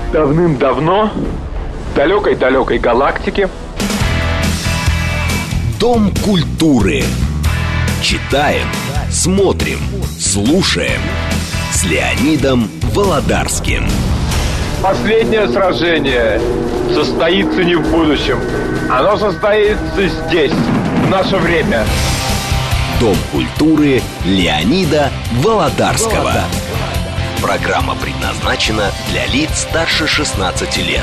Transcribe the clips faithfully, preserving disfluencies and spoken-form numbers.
Давным-давно, в далекой-далекой галактике. Дом культуры. Читаем, смотрим, слушаем. С Леонидом Володарским. Последнее сражение состоится не в будущем. Оно состоится здесь, в наше время. Дом культуры Леонида Володарского. Программа предназначена для лиц старше шестнадцати лет.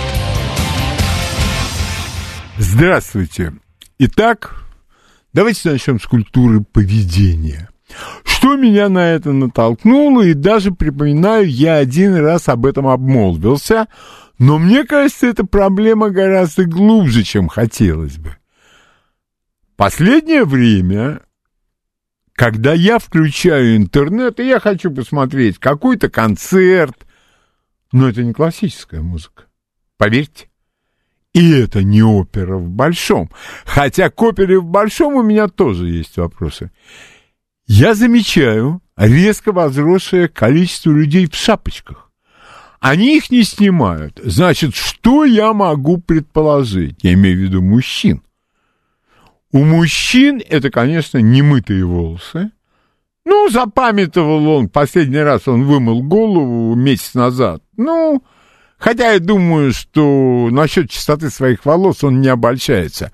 Здравствуйте. Итак, давайте начнем с культуры поведения. Что меня на это натолкнуло, и даже, припоминаю, я один раз об этом обмолвился, но мне кажется, эта проблема гораздо глубже, чем хотелось бы. Последнее время, когда я включаю интернет, и я хочу посмотреть какой-то концерт, но это не классическая музыка, поверьте. И это не опера в большом, хотя к опере в большом у меня тоже есть вопросы. Я замечаю резко возросшее количество людей в шапочках. Они их не снимают. Значит, что я могу предположить? Я имею в виду мужчин. У мужчин это, конечно, немытые волосы. Ну, запамятовал он, последний раз он вымыл голову месяц назад. Ну, хотя я думаю, что насчет чистоты своих волос он не обольщается.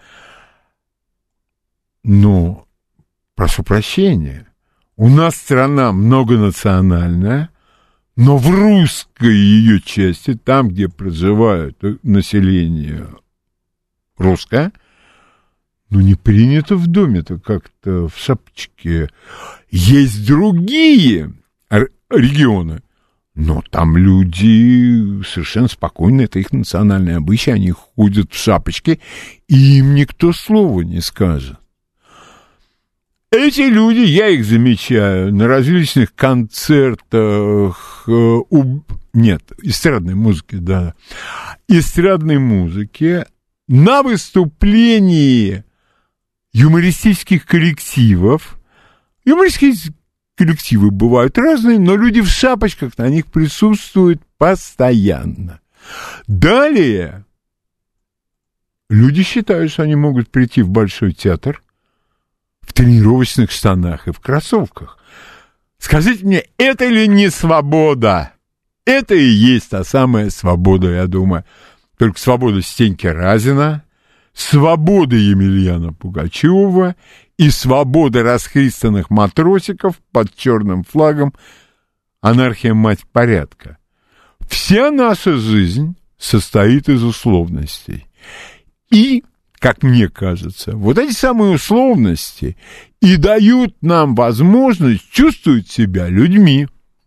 Но, прошу прощения, у нас страна многонациональная, но в русской ее части, там, где проживает население русское, ну, не принято в доме-то как-то в шапочке. Есть другие регионы, но там люди совершенно спокойно, это их национальный обычай, они ходят в шапочке, и им никто слова не скажет. Эти люди, я их замечаю на различных концертах, э, у, нет, эстрадной музыки, да, эстрадной музыки, на выступлении юмористических коллективов. Юмористические коллективы бывают разные, но люди в шапочках на них присутствуют постоянно. Далее, люди считают, что они могут прийти в Большой театр в тренировочных штанах и в кроссовках. Скажите мне, это ли не свобода? Это и есть та самая свобода, я думаю. Только свобода Стеньки Разина, свобода Емельяна Пугачева и свобода расхристанных матросиков под черным флагом «Анархия, мать порядка». Вся наша жизнь состоит из условностей. И, как мне кажется, вот эти самые условности и дают нам возможность чувствовать себя людьми,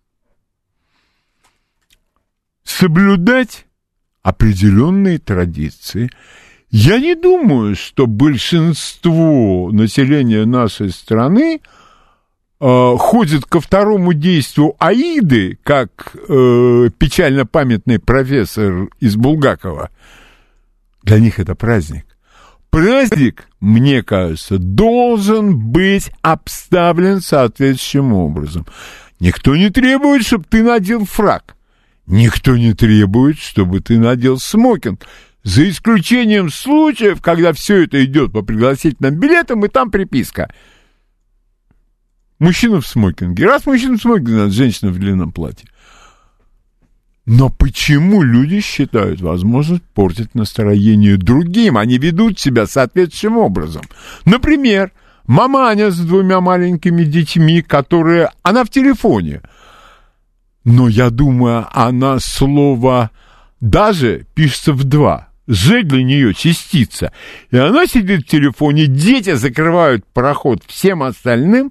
соблюдать определенные традиции. Я не думаю, что большинство населения нашей страны э, ходит ко второму действию Аиды, как э, печально памятный профессор из Булгакова. Для них это праздник. Праздник, мне кажется, должен быть обставлен соответствующим образом. Никто не требует, чтобы ты надел фрак. Никто не требует, чтобы ты надел смокинг. За исключением случаев, когда все это идет по пригласительным билетам, и там приписка. Мужчина в смокинге. Раз мужчина в смокинге, значит, женщина в длинном платье. Но почему люди считают возможность портить настроение другим? Они ведут себя соответствующим образом. Например, маманя с двумя маленькими детьми, которые... Она в телефоне. Но я думаю, она слово «даже» пишется в два. «Ж» для нее частица. И она сидит в телефоне, дети закрывают проход всем остальным.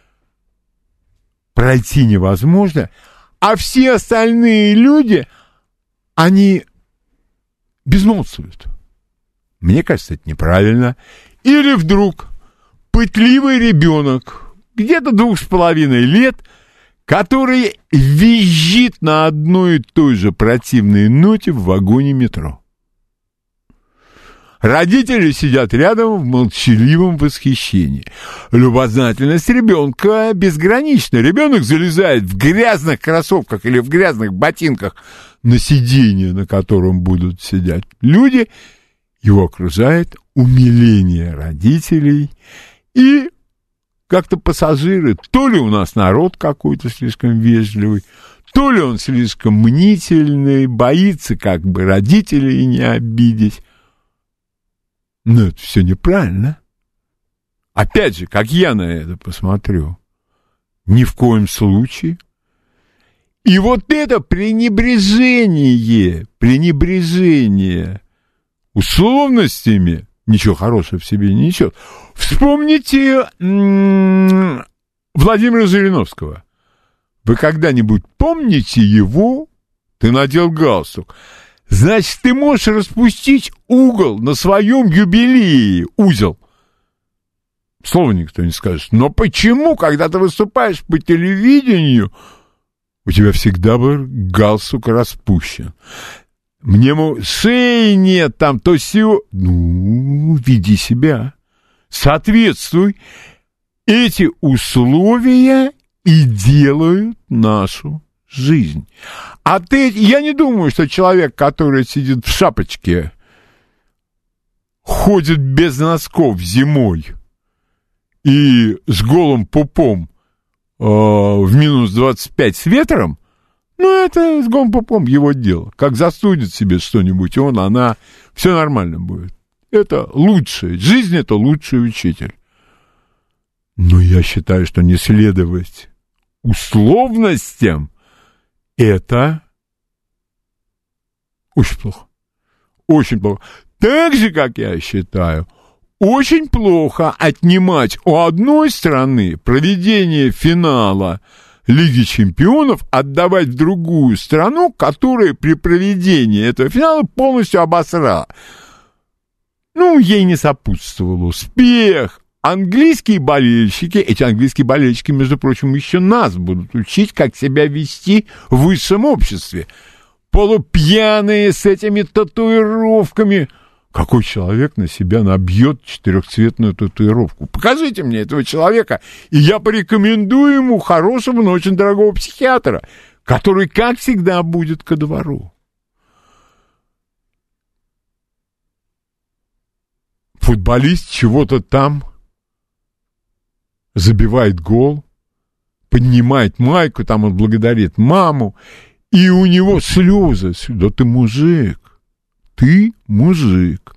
Пройти невозможно. А все остальные люди, они безмолвствуют. Мне кажется, это неправильно. Или вдруг пытливый ребенок, где-то двух с половиной лет, который визжит на одной и той же противной ноте в вагоне метро. Родители сидят рядом в молчаливом восхищении. Любознательность ребенка безгранична. Ребенок залезает в грязных кроссовках или в грязных ботинках на сиденье, на котором будут сидеть люди. Его окружает умиление родителей и как-то пассажиры. То ли у нас народ какой-то слишком вежливый, то ли он слишком мнительный, боится как бы родителей не обидеть. Но это все неправильно. Опять же, как я на это посмотрю, ни в коем случае. И вот это пренебрежение, пренебрежение условностями ничего хорошего в себе не несет. Вспомните м-м, Владимира Жириновского. Вы когда-нибудь помните его? Ты надел галстук. Значит, ты можешь распустить угол на своем юбилее, узел. Слова никто не скажет. Но почему, когда ты выступаешь по телевидению, у тебя всегда был галстук распущен? Мне, мол, шеи нет, там то сё. Ну, веди себя. Соответствуй. Эти условия и делают нашу жизнь. А ты, я не думаю, что человек, который сидит в шапочке, ходит без носков зимой и с голым пупом э, в минус двадцать пять с ветром, ну, это с голым пупом его дело. Как застудит себе что-нибудь он, она, все нормально будет. Это лучшее. Жизнь — это лучший учитель. Но я считаю, что не следовать условностям — это очень плохо. Очень плохо. Так же, как я считаю, очень плохо отнимать у одной страны проведение финала Лиги Чемпионов, отдавать в другую страну, которая при проведении этого финала полностью обосрала. Ну, ей не сопутствовал успех. Английские болельщики, эти английские болельщики, между прочим, еще нас будут учить, как себя вести в высшем обществе. Полупьяные с этими татуировками. Какой человек на себя набьет четырехцветную татуировку? Покажите мне этого человека, и я порекомендую ему хорошего, но очень дорогого психиатра, который, как всегда, будет ко двору. Футболист чего-то там забивает гол, поднимает майку, там он благодарит маму, и у него слезы. Да ты мужик, ты мужик.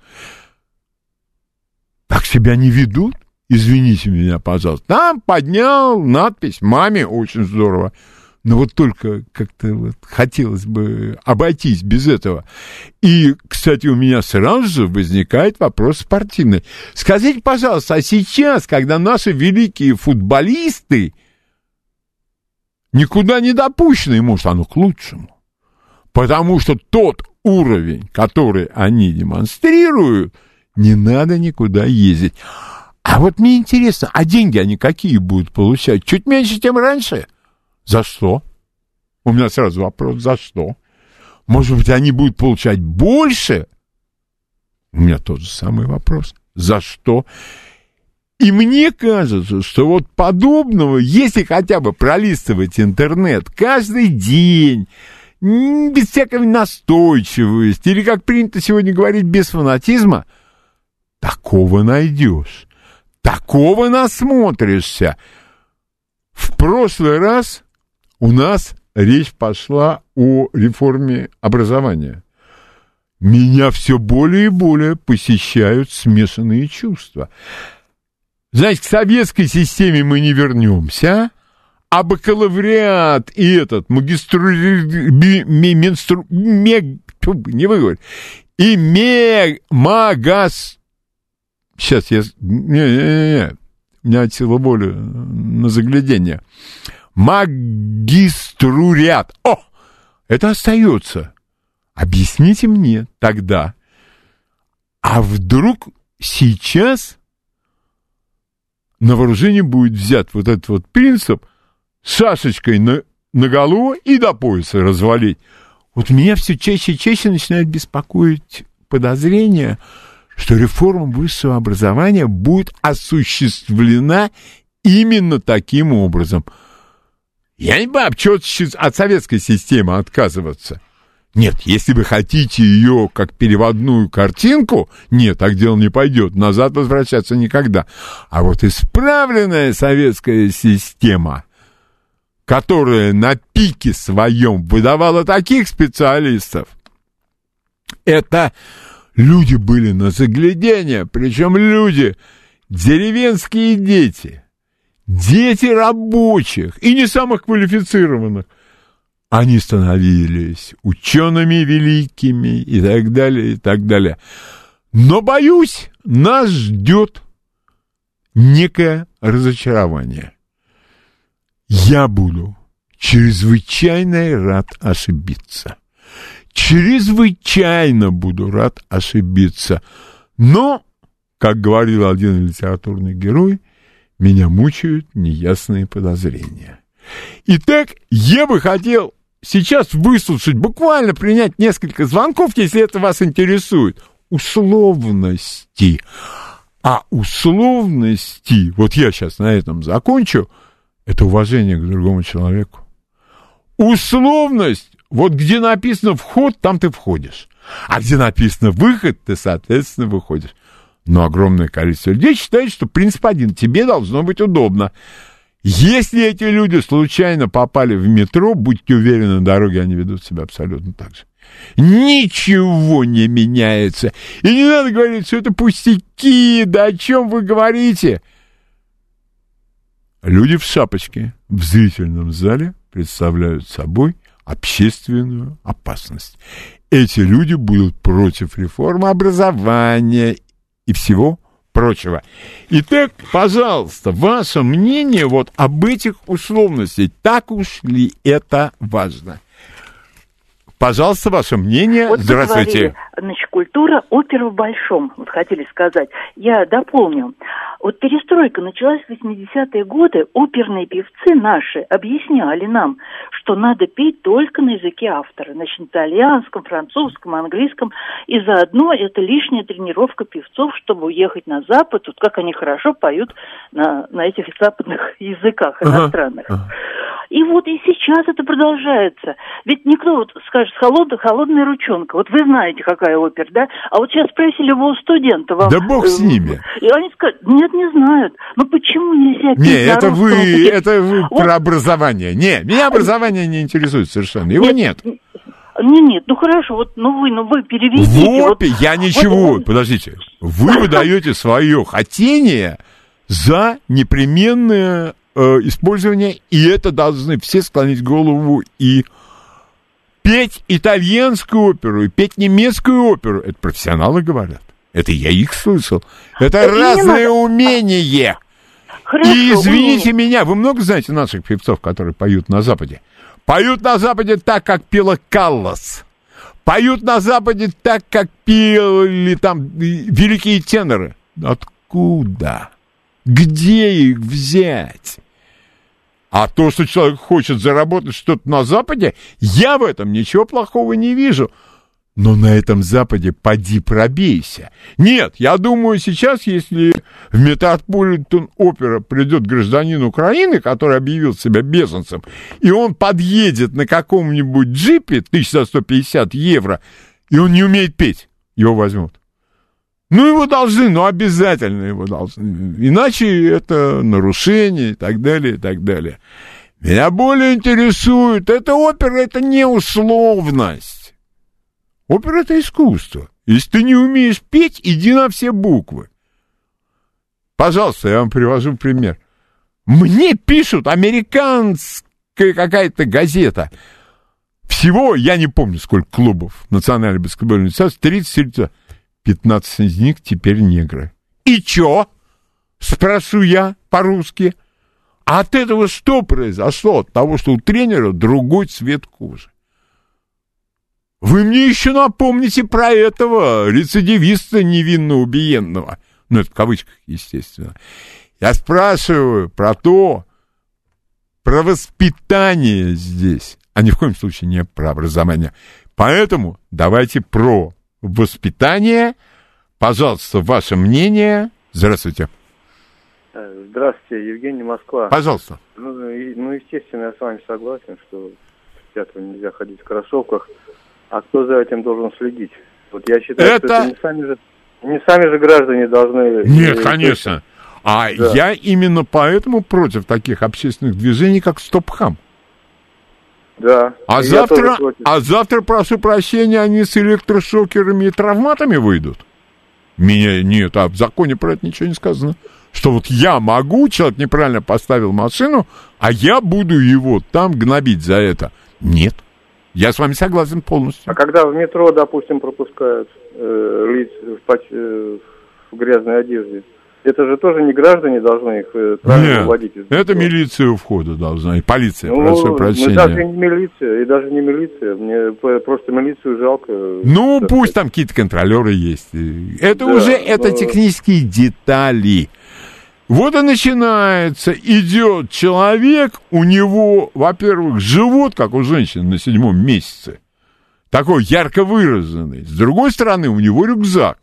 Так себя не ведут? Извините меня, пожалуйста. Там поднял надпись «Маме», очень здорово. Но вот только как-то вот хотелось бы обойтись без этого. И, кстати, у меня сразу же возникает вопрос спортивный. Скажите, пожалуйста, а сейчас, когда наши великие футболисты никуда не допущены, может, оно к лучшему? Потому что тот уровень, который они демонстрируют, не надо никуда ездить. А вот мне интересно, а деньги они какие будут получать? Чуть меньше, тем раньше? За что? У меня сразу вопрос, за что? Может быть, они будут получать больше? У меня тот же самый вопрос. За что? И мне кажется, что вот подобного, если хотя бы пролистывать интернет каждый день, без всякой настойчивости, или, как принято сегодня говорить, без фанатизма, такого найдешь, такого насмотришься. В прошлый раз у нас речь пошла о реформе образования. Меня все более и более посещают смешанные чувства. Значит, к советской системе мы не вернемся, а бакалавриат и этот магистру... Менстру... Мег... Не выговорю. И мег... Магас... Сейчас я... Не-не-не. У меня от силы воли на заглядение. Магиструриат. О! Это остается. Объясните мне тогда. А вдруг сейчас на вооружение будет взят вот этот вот принцип с шашечкой на, на голову и до пояса развалить? Вот меня все чаще и чаще начинает беспокоить подозрение, что реформа высшего образования будет осуществлена именно таким образом. Я не понимаю, что от советской системы отказываться. Нет, если вы хотите ее как переводную картинку, нет, так дело не пойдет, назад возвращаться никогда. А вот исправленная советская система, которая на пике своем выдавала таких специалистов, это люди были на загляденье, причем люди, деревенские дети, дети рабочих и не самых квалифицированных. Они становились учеными великими и так далее, и так далее. Но, боюсь, нас ждет некое разочарование. Я буду чрезвычайно рад ошибиться. Чрезвычайно буду рад ошибиться. Но, как говорил один литературный герой, меня мучают неясные подозрения. Итак, я бы хотел сейчас выслушать, буквально принять несколько звонков, если это вас интересует. Условности. А условности, вот я сейчас на этом закончу, это уважение к другому человеку. Условность, вот где написано вход, там ты входишь. А где написано выход, ты, соответственно, выходишь. Но огромное количество людей считает, что принцип один. Тебе должно быть удобно. Если эти люди случайно попали в метро, будьте уверены, на дороге они ведут себя абсолютно так же. Ничего не меняется. И не надо говорить, что это пустяки, да о чем вы говорите? Люди в шапочке в зрительном зале представляют собой общественную опасность. Эти люди будут против реформы образования и всего прочего. Итак, пожалуйста, ваше мнение вот об этих условностях. Так уж ли это важно? Пожалуйста, ваше мнение. Вот здравствуйте. Говорили, значит, культура опера в большом, вот хотели сказать. Я дополню. Вот перестройка началась в восьмидесятые годы. Оперные певцы наши объясняли нам, что надо петь только на языке автора. Значит, на итальянском, французском, английском. И заодно это лишняя тренировка певцов, чтобы уехать на Запад. Вот как они хорошо поют на, на этих западных языках иностранных. Uh-huh. Uh-huh. И вот и сейчас это продолжается. Ведь никто вот скажет, холодная, холодная ручонка. Вот вы знаете, какая опера, да? А вот сейчас спросили любого студента. Вам, да бог с ними. И они скажут, нет, не знают. Ну почему нельзя петь? Не, это вы, языке? это вы вот. Про образование. Не, меня образование не интересует совершенно. Его нет. нет. Нет, нет, ну хорошо, вот, ну вы, ну вы переведите. В опе вот, я ничего, вот, подождите, вы выдаете свое хотение за непременное э, использование, и это должны все склонить голову и петь итальянскую оперу, и петь немецкую оперу. Это профессионалы говорят. Это я их слышал. Это, это разное умение. Хорошо, и извините вы... меня, вы много знаете наших певцов, которые поют на Западе? Поют на Западе так, как пела Каллас. Поют на Западе так, как пели там великие теноры. Откуда? Где их взять? А то, что человек хочет заработать что-то на Западе, я в этом ничего плохого не вижу. Но на этом Западе поди пробейся. Нет, я думаю, сейчас, если в Метрополитен опера придет гражданин Украины, который объявил себя беженцем, и он подъедет на каком-нибудь джипе тысяча сто пятьдесят евро, и он не умеет петь, его возьмут. Ну, его должны, ну, обязательно его должны. Иначе это нарушение и так далее, и так далее. Меня более интересует, эта опера, это не условность. Опера — это искусство. Если ты не умеешь петь, иди на все буквы. Пожалуйста, я вам привожу пример. Мне пишут американская какая-то газета. Всего, я не помню, сколько клубов Национальной баскетбольной ассоциации, тридцать, пятнадцать из них теперь негры. И чё? Спрошу я по-русски. А от этого что произошло? От того, что у тренера другой цвет кожи. Вы мне еще напомните про этого рецидивиста невинно убиенного. Ну, это в кавычках, естественно. Я спрашиваю про то, про воспитание здесь, а ни в коем случае не про образование. Поэтому давайте про воспитание, Пожалуйста, ваше мнение. Здравствуйте. Здравствуйте, Евгений, Москва. Пожалуйста. Ну, и, ну, естественно, я с вами согласен, что в театр нельзя ходить в кроссовках. А кто за этим должен следить? Вот я считаю, это... что это не сами же, не сами же граждане должны... Нет, и, конечно. А да. Я именно поэтому против таких общественных движений, как «Стоп-хам». Да. А завтра, а завтра, прошу прощения, они с электрошокерами и травматами выйдут? Меня нет, а в законе про это ничего не сказано. Что вот я могу, человек неправильно поставил машину, а я буду его там гнобить за это. Нет. Я с вами согласен полностью. А когда в метро, допустим, пропускают э, лиц в, э, в грязной одежде, это же тоже не граждане должны их э, правильно вводить? Нет, это милиция у входа должна, и полиция, ну, прошу прощения. Ну, даже не милиция, и даже не милиция, мне просто милицию жалко. Ну, пусть там какие-то контролеры есть. Это да, уже, это но... технические детали. Вот и начинается, идет человек, у него, во-первых, живот, как у женщины на седьмом месяце, такой ярко выраженный. С другой стороны, у него рюкзак.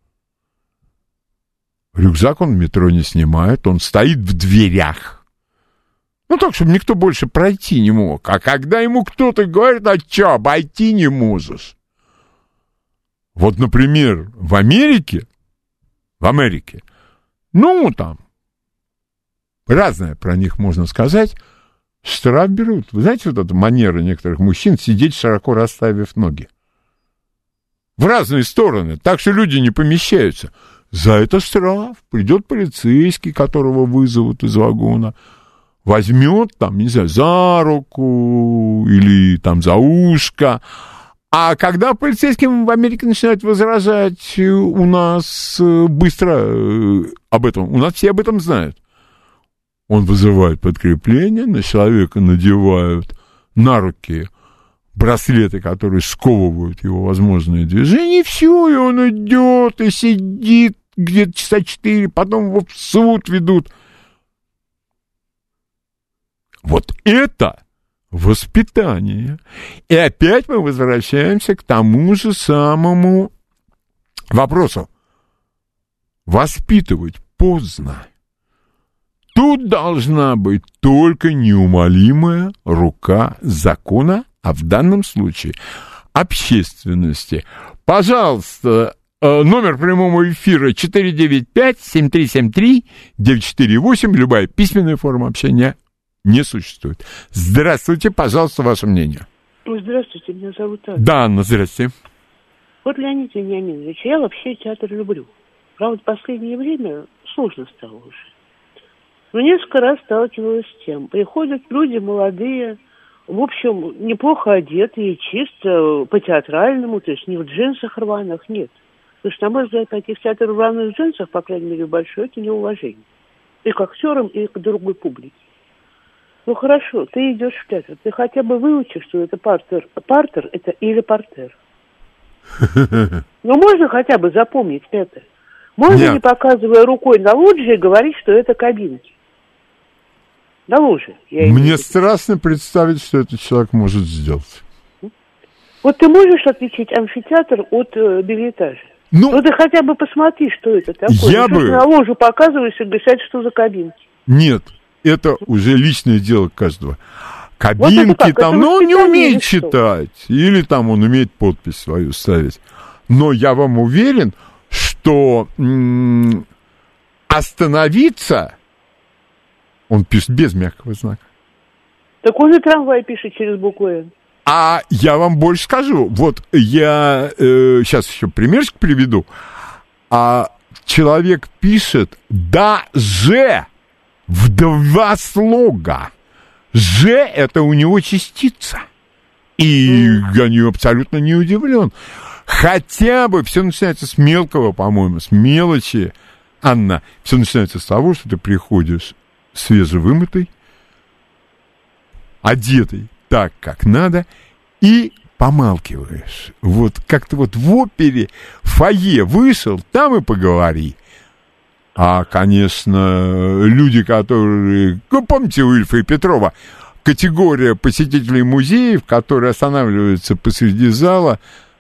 Рюкзак он в метро не снимает, он стоит в дверях. Ну, так, чтобы никто больше пройти не мог. А когда ему кто-то говорит, а чё, обойти не можешь? Вот, например, в Америке, в Америке, ну, там, разное про них можно сказать, штраф берут. Вы знаете, вот эта манера некоторых мужчин сидеть, широко расставив ноги? В разные стороны, так что люди не помещаются. За это штраф. Придет полицейский, которого вызовут из вагона, возьмет, там, не знаю, за руку или там за ушко. А когда полицейским в Америке начинают возражать, у нас быстро об этом, у нас все об этом знают. Он вызывает подкрепление, на человека надевают на руки браслеты, которые сковывают его возможные движения, и все, и он идет, и сидит где-то часа четыре, потом его в суд ведут. Вот это воспитание. И опять мы возвращаемся к тому же самому вопросу. Воспитывать поздно. Тут должна быть только неумолимая рука закона, а в данном случае общественности. Пожалуйста, номер прямого эфира четыре девять пять семь три семь три девять четыре восемь. Любая письменная форма общения не существует. Здравствуйте, пожалуйста, ваше мнение. Здравствуйте, меня зовут Анна. Да, Анна, здрасте. Вот, Леонид Вениаминович, я вообще театр люблю. Правда, в последнее время сложно стало уже. Но несколько раз сталкивалась с тем. Приходят люди молодые, в общем, неплохо одетые, чисто по-театральному, то есть не в джинсах рваных, нет. Потому что, на мой взгляд, пойти в театр в рваных джинсах, по крайней мере, большое, это неуважение. И к актерам, и к другой публике. Ну хорошо, ты идешь в театр, ты хотя бы выучишь, что это партер. Партер это или партер. Ну можно хотя бы запомнить это. Можно Нет. не показывая рукой на лоджии говорить, что это кабинки. На ложе. Мне страшно представить, что этот человек может сделать. Вот ты можешь отличить амфитеатр от э, бельэтажа? Ну, ну ты хотя бы посмотри, что это такое. Я ну, бы... на ложу показываешь и говоришь, что за кабинки. Нет, это уже личное дело каждого. Кабинки вот там, ну, он не умеет читать. Или там он умеет подпись свою ставить. Но я вам уверен, что м- остановиться он пишет без мягкого знака. Так он и трамвай пишет через букву «Н». А я вам больше скажу. Вот я э, сейчас еще примерчик приведу. А человек пишет даже в два слога. «Ж» — это у него частица. И я не, абсолютно не удивлен. Хотя бы все начинается с мелкого, по-моему, с мелочи. Анна, все начинается с того, что ты приходишь свежевымытый, одетый так, как надо, и помалкиваешь. Вот как-то вот в опере фойе вышел, там и поговори. А, конечно, люди, которые... Ну, помните у Ильфа и Петрова? Категория посетителей музеев, которые останавливаются посреди зала,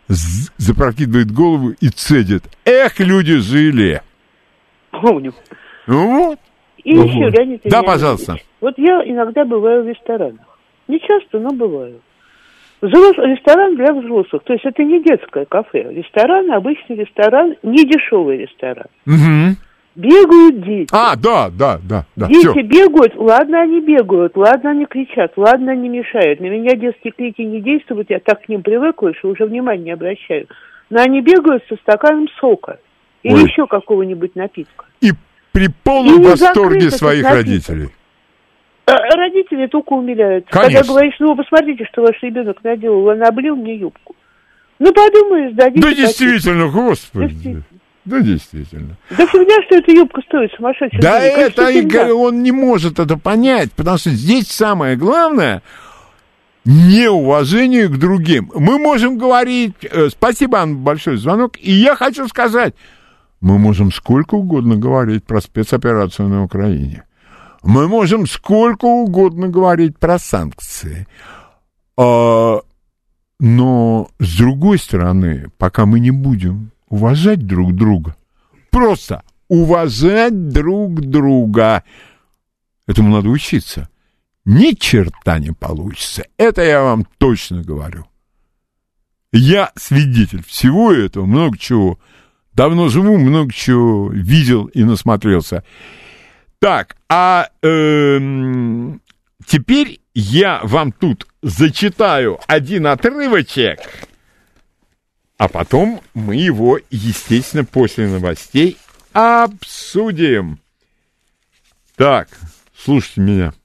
запрокидывает голову и цедит. Эх, люди жили. Помню. Ну вот. И ну, еще, вот. Леонид Да, Ильич, пожалуйста. Вот я иногда бываю в ресторанах. Не часто, но бываю. Взрос... Ресторан для взрослых. То есть это не детское кафе. Ресторан, обычный ресторан, не дешевый ресторан. Угу. Бегают дети. А, да, да, да. да Дети всё. бегают, ладно, они бегают, ладно, они кричат, ладно, они мешают. На меня детские крики не действуют, я так к ним привыкла, что уже внимания не обращаю. Но они бегают со стаканом сока или Ой. еще какого-нибудь напитка. И при полном И восторге закрыто, своих как родителей. А родители только умиляются. Конечно. Когда говоришь, ну, вы посмотрите, что ваш ребенок наделал, он облил мне юбку. Ну, подумаешь, дадите. Да такие. действительно, господи. Действительно. Да действительно. Да фигня, что эта юбка стоит сумасшедших Да денег. это Конечно, и фигня. г- он не может это понять, потому что здесь самое главное неуважение к другим. Мы можем говорить, э, спасибо, Анна, большой звонок, и я хочу сказать, мы можем сколько угодно говорить про спецоперацию на Украине. Мы можем сколько угодно говорить про санкции. А, но, с другой стороны, пока мы не будем уважать друг друга, просто уважать друг друга, этому надо учиться, ни черта не получится. Это я вам точно говорю. Я свидетель всего этого, много чего. Давно живу, много чего видел и насмотрелся. Так, а эм, теперь я вам тут зачитаю один отрывочек, а потом мы его, естественно, после новостей обсудим. Так, слушайте меня.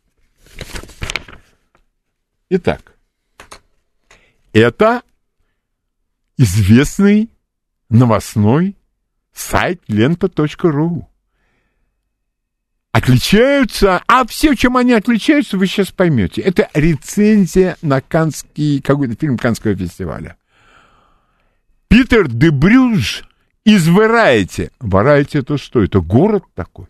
Итак, это известный новостной сайт лента точка ру. Отличаются, а все, чем они отличаются, вы сейчас поймете. Это рецензия на Каннский, какой-то фильм Каннского фестиваля. Питер де Брюж из Варайти. Варайти это что? Это город такой.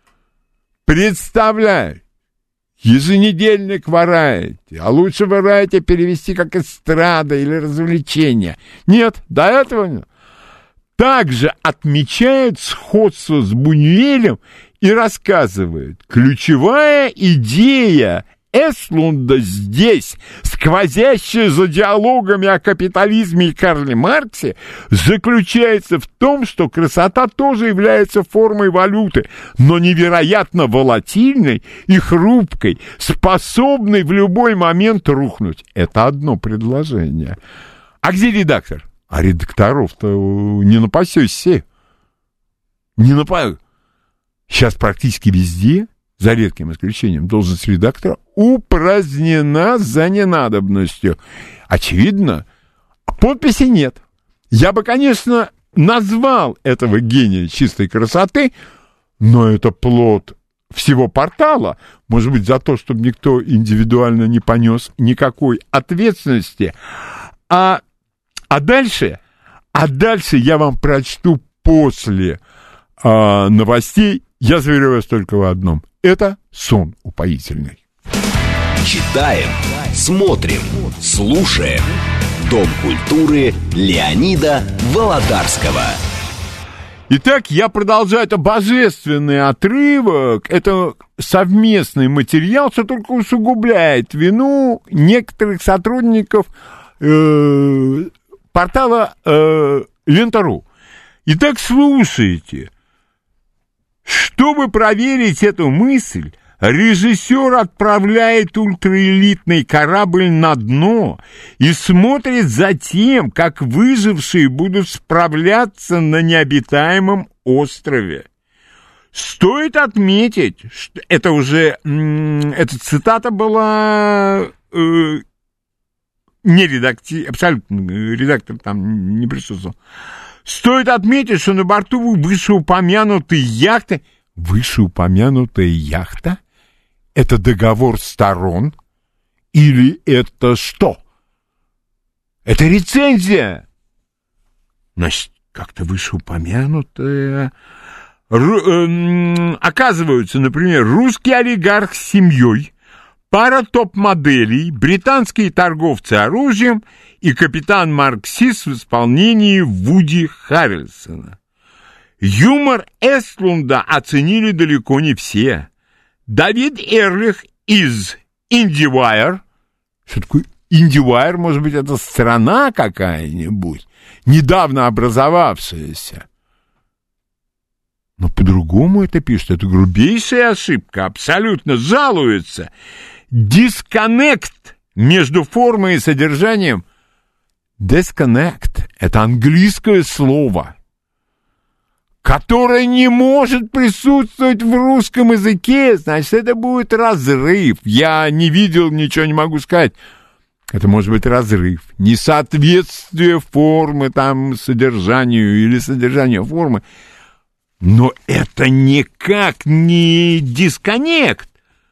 Представляю. Еженедельник Варайти. А лучше Варайти перевести как эстрада или развлечение. Нет, до этого нет. Также отмечает сходство с Бунюэлем и рассказывает, ключевая идея Эстлунда здесь, сквозящая за диалогами о капитализме и Карле Марксе, заключается в том, что красота тоже является формой валюты, но невероятно волатильной и хрупкой, способной в любой момент рухнуть. Это одно предложение. А где редактор? А редакторов-то не напасешься. Не напасешься. Сейчас практически везде, за редким исключением, должность редактора упразднена за ненадобностью. Очевидно, подписи нет. Я бы, конечно, назвал этого гения чистой красоты, но это плод всего портала, может быть, за то, чтобы никто индивидуально не понес никакой ответственности. А, а дальше, а дальше я вам прочту после а, новостей. Я заверяю вас только в одном. Это сон упоительный. Читаем, смотрим, слушаем. Дом культуры Леонида Володарского. Итак, я продолжаю. Это божественный отрывок. Это совместный материал, что только усугубляет вину некоторых сотрудников э, портала э, лента точка ру. Итак, слушайте. Чтобы проверить эту мысль, режиссер отправляет ультраэлитный корабль на дно и смотрит за тем, как выжившие будут справляться на необитаемом острове. Стоит отметить, что это уже, эта цитата была э, не редакти, абсолютно редактор там не присутствовал. Стоит отметить, что на борту вышеупомянутой яхты... Вышеупомянутая яхта? Это договор сторон? Или это что? Это рецензия! Значит, как-то вышеупомянутая... Ру, э, оказывается, например, русский олигарх с семьей Пара топ-моделей, британские торговцы оружием и капитан-марксист в исполнении Вуди Харрельсона. Юмор Эстлунда оценили далеко не все. Давид Эрлих из IndieWire. Что такое IndieWire? Может быть, это страна какая-нибудь, недавно образовавшаяся. Но по-другому это пишет. Это грубейшая ошибка. Абсолютно жалуется. Дисконнект между формой и содержанием. Disconnect — это английское слово, которое не может присутствовать в русском языке. Значит, это будет разрыв. Я не видел, ничего не могу сказать. Это может быть разрыв. Несоответствие формы там содержанию или содержанию формы. Но это никак не дисконнект.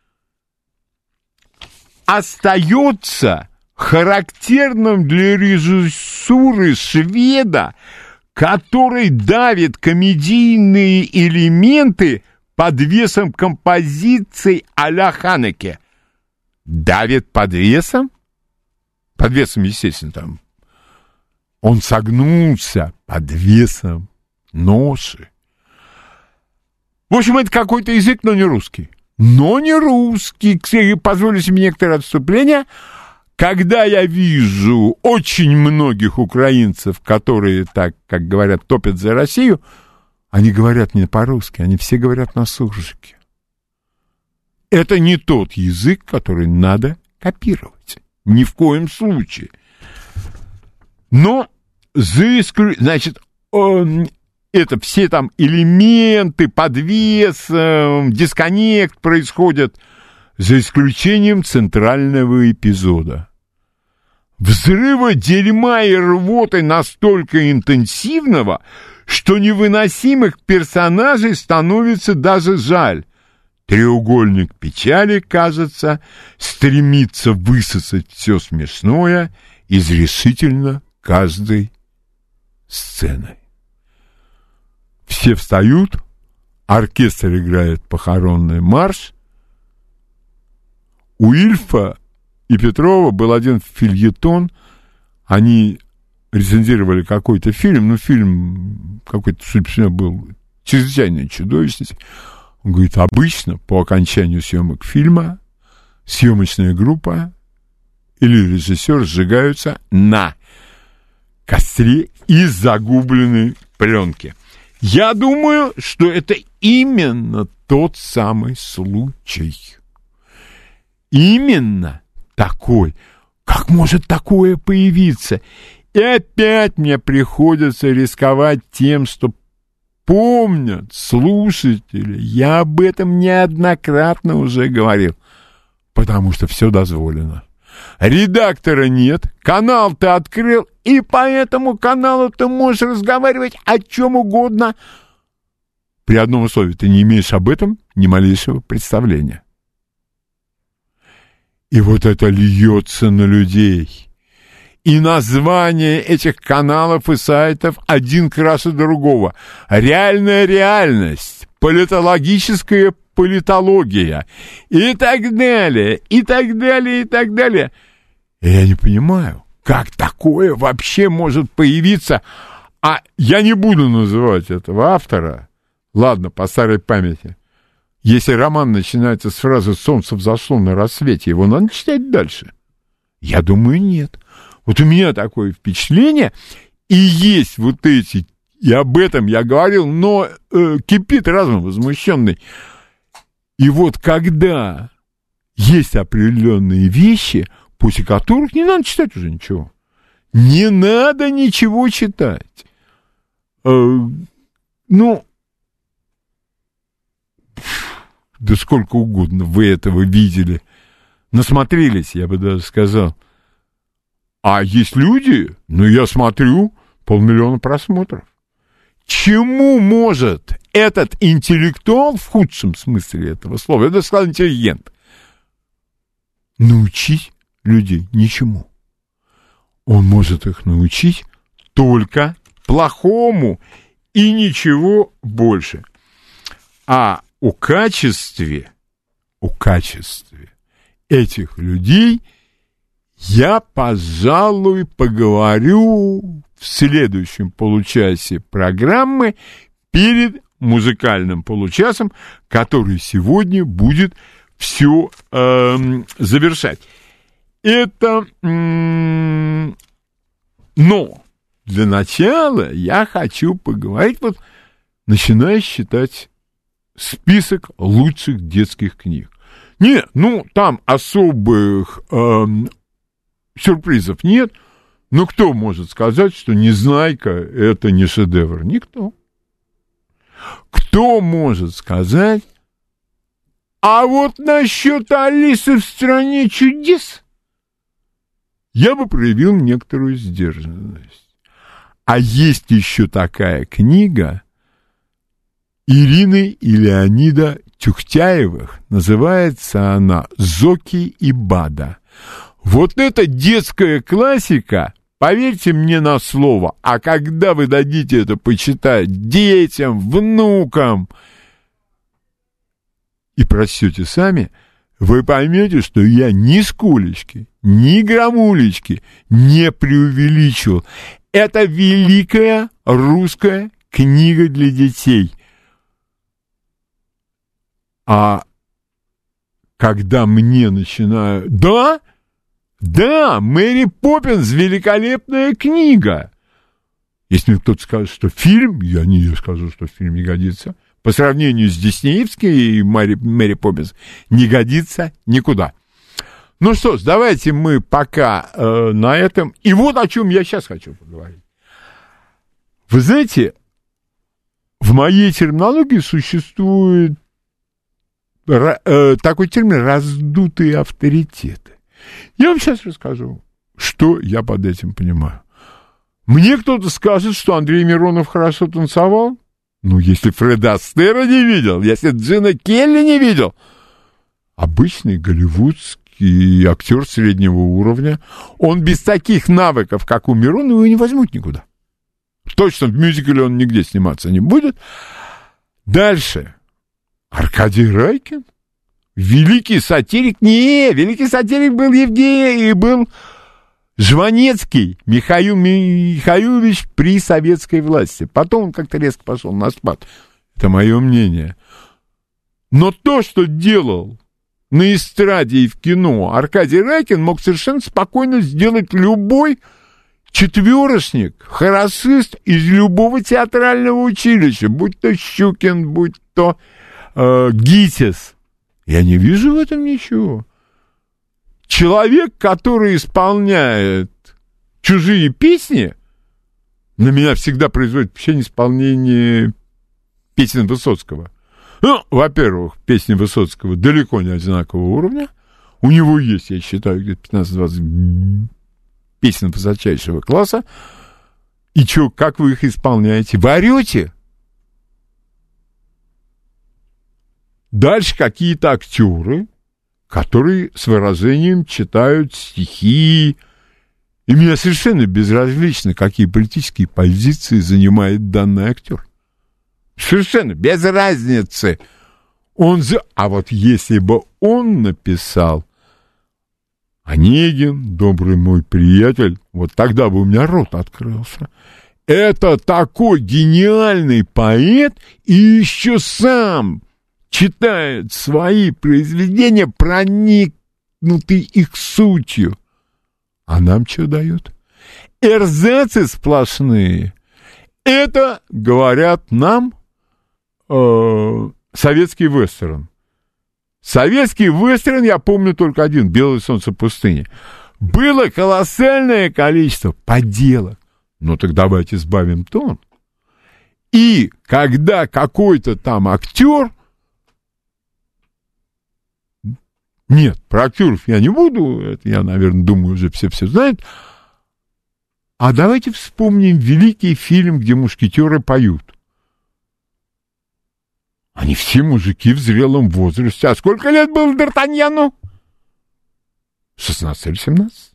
Остается характерным для режиссуры шведа, который давит комедийные элементы под весом композиций а-ля Ханеке. Давит под весом? Под весом, естественно, там. Он согнулся под весом ноши. В общем, это какой-то язык, но не русский. Но не русский. Позволю себе некоторое отступление. Когда я вижу очень многих украинцев, которые, так, как говорят, топят за Россию, они говорят не по-русски, они все говорят на суржике. Это не тот язык, который надо копировать. Ни в коем случае. Но за исключением, значит, он... Это все там элементы, подвес, э, дисконнект происходят, за исключением центрального эпизода. Взрыва дерьма и рвоты настолько интенсивного, что невыносимых персонажей становится даже жаль. Треугольник печали, кажется, стремится высосать все смешное из решительно каждой сцены. Все встают, оркестр играет похоронный марш. У Ильфа и Петрова был один фельетон. Они рецензировали какой-то фильм, ну, фильм какой-то, судя по всему, был чрезвычайно чудовищный. Он говорит, обычно по окончанию съемок фильма съемочная группа или режиссер сжигаются на костре из загубленной пленки. Я думаю, что это именно тот самый случай. Именно такой. Как может такое появиться? И опять мне приходится рисковать тем, что помнят слушатели. Я об этом неоднократно уже говорил. Потому что все дозволено. Редактора нет, канал ты открыл, и по этому каналу ты можешь разговаривать о чем угодно. При одном условии, ты не имеешь об этом ни малейшего представления. И вот это льется на людей. И названия этих каналов и сайтов один краше другого. Реальная реальность, политологическая политология, и так далее, и так далее, и так далее. И я не понимаю, как такое вообще может появиться. А я не буду называть этого автора. Ладно, по старой памяти. Если роман начинается с фразы «Солнце взошло на рассвете», его надо читать дальше? Я думаю, нет. Вот у меня такое впечатление, и есть вот эти, и об этом я говорил, но э, кипит разум возмущенный. И вот когда есть определенные вещи, после которых не надо читать уже ничего. Не надо ничего читать. Э, ну, да сколько угодно вы этого видели. Насмотрелись, я бы даже сказал. А есть люди, ну я смотрю, полмиллиона просмотров. Чему может этот интеллектуал, в худшем смысле этого слова, я даже сказал интеллигент, научить людей ничему? Он может их научить только плохому и ничего больше. А о качестве, о качестве этих людей я, пожалуй, поговорю в следующем получасе программы перед музыкальным получасом, который сегодня будет все э, завершать. Это... М- но для начала я хочу поговорить, вот начиная считать список лучших детских книг. Нет, ну, там особых э, сюрпризов нет, но кто может сказать, что «Незнайка» — это не шедевр? Никто. Кто может сказать, а вот насчет «Алисы в стране чудес» я бы проявил некоторую сдержанность. А есть еще такая книга Ирины и Леонида Тюхтяевых. Называется она «Зоки и Бада». Вот это детская классика, поверьте мне на слово, а когда вы дадите это почитать детям, внукам и прочтете сами, вы поймете, что я ни скулечки, ни грамулечки не преувеличивал. Это великая русская книга для детей. А когда мне начинают... Да, да, Мэри Поппинс — великолепная книга. Если мне кто-то скажет, что фильм, я не скажу, что фильм не годится. По сравнению с Диснеевской и Мэри, Мэри Поппинс не годится никуда. Ну что ж, давайте мы пока э, на этом. И вот о чем я сейчас хочу поговорить. Вы знаете, в моей терминологии существует э, такой термин «раздутые авторитеты». Я вам сейчас расскажу, что я под этим понимаю. Мне кто-то скажет, что Андрей Миронов хорошо танцевал. Ну, если Фреда Астера не видел, если Джина Келли не видел. Обычный голливудский актер среднего уровня. Он без таких навыков, как у Миронова, его не возьмут никуда. Точно в мюзикле он нигде сниматься не будет. Дальше. Аркадий Райкин. Великий сатирик. Не, великий сатирик был Евгений, и был Жванецкий Михаил Михайлович при советской власти. Потом он как-то резко пошел на спад. Это мое мнение. Но то, что делал на эстраде и в кино Аркадий Райкин, мог совершенно спокойно сделать любой четверошник, хористист из любого театрального училища, будь то Щукин, будь то э, Гитис. Я не вижу в этом ничего. Человек, который исполняет чужие песни, на меня всегда производит впечатление исполнения песен Высоцкого. Ну, во-первых, песни Высоцкого далеко не одинакового уровня. У него есть, я считаю, где-то пятнадцать-двадцать песен высочайшего класса. И что, как вы их исполняете? Вы орете? Дальше какие-то актеры, которые с выражением читают стихи. И мне совершенно безразлично, какие политические позиции занимает данный актер. Совершенно без разницы. Он за... А вот если бы он написал «Онегин, добрый мой приятель», вот тогда бы у меня рот открылся. Это такой гениальный поэт, и еще сам читает свои произведения, проникнутые их сутью. А нам что дают? Эрзацы сплошные. Это, говорят нам, э, советский вестерн. Советский вестерн, я помню только один, «Белое солнце пустыни». Было колоссальное количество подделок. Ну так давайте сбавим тон. И когда какой-то там актер... Нет, про актеров я не буду, это я, наверное, думаю, уже все-все знают. А давайте вспомним великий фильм, где мушкетеры поют. Они все мужики в зрелом возрасте. А сколько лет было Д'Артаньяну? шестнадцать или семнадцать?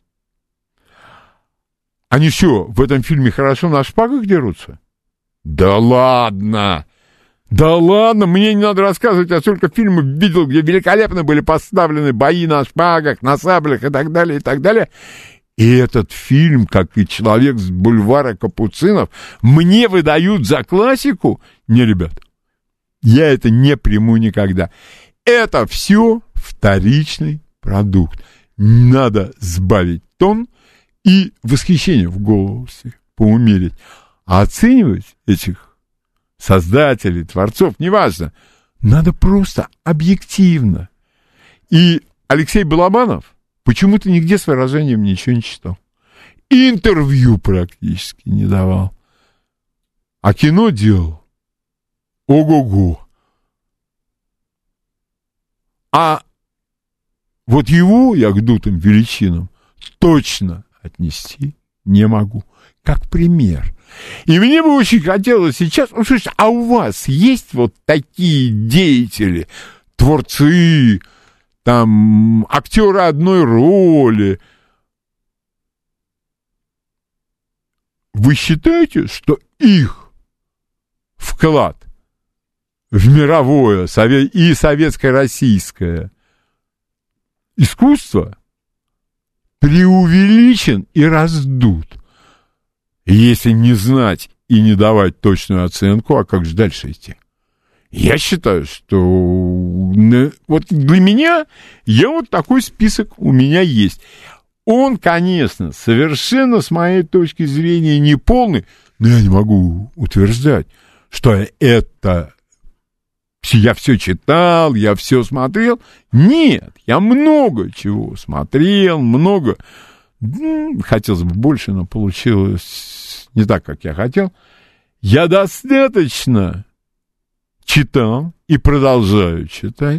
Они что, в этом фильме хорошо на шпагах дерутся? Да ладно! Да ладно, мне не надо рассказывать, я столько фильмов видел, где великолепно были поставлены бои на шпагах, на саблях и так далее, и так далее. И этот фильм, как и «Человек с бульвара Капуцинов», мне выдают за классику. Не, ребят, я это не приму никогда. Это все вторичный продукт. Надо сбавить тон и восхищение в голосе поумерить. А оценивать этих создателей, творцов, неважно, надо просто объективно. И Алексей Балабанов почему-то нигде с выражением ничего не читал. И интервью практически не давал. А кино делал. Ого-го. А вот его я к дутым величинам точно отнести не могу. Как пример. И мне бы очень хотелось сейчас услышать, а у вас есть вот такие деятели, творцы, там, актеры одной роли? Вы считаете, что их вклад в мировое и советское, российское искусство преувеличен и раздут? Если не знать и не давать точную оценку, а как же дальше идти? Я считаю, что вот для меня, я вот такой список у меня есть. Он, конечно, совершенно с моей точки зрения не полный, но я не могу утверждать, что это я все читал, я все смотрел. Нет, я много чего смотрел, много... Хотелось бы больше, но получилось не так, как я хотел. Я достаточно читал и продолжаю читать.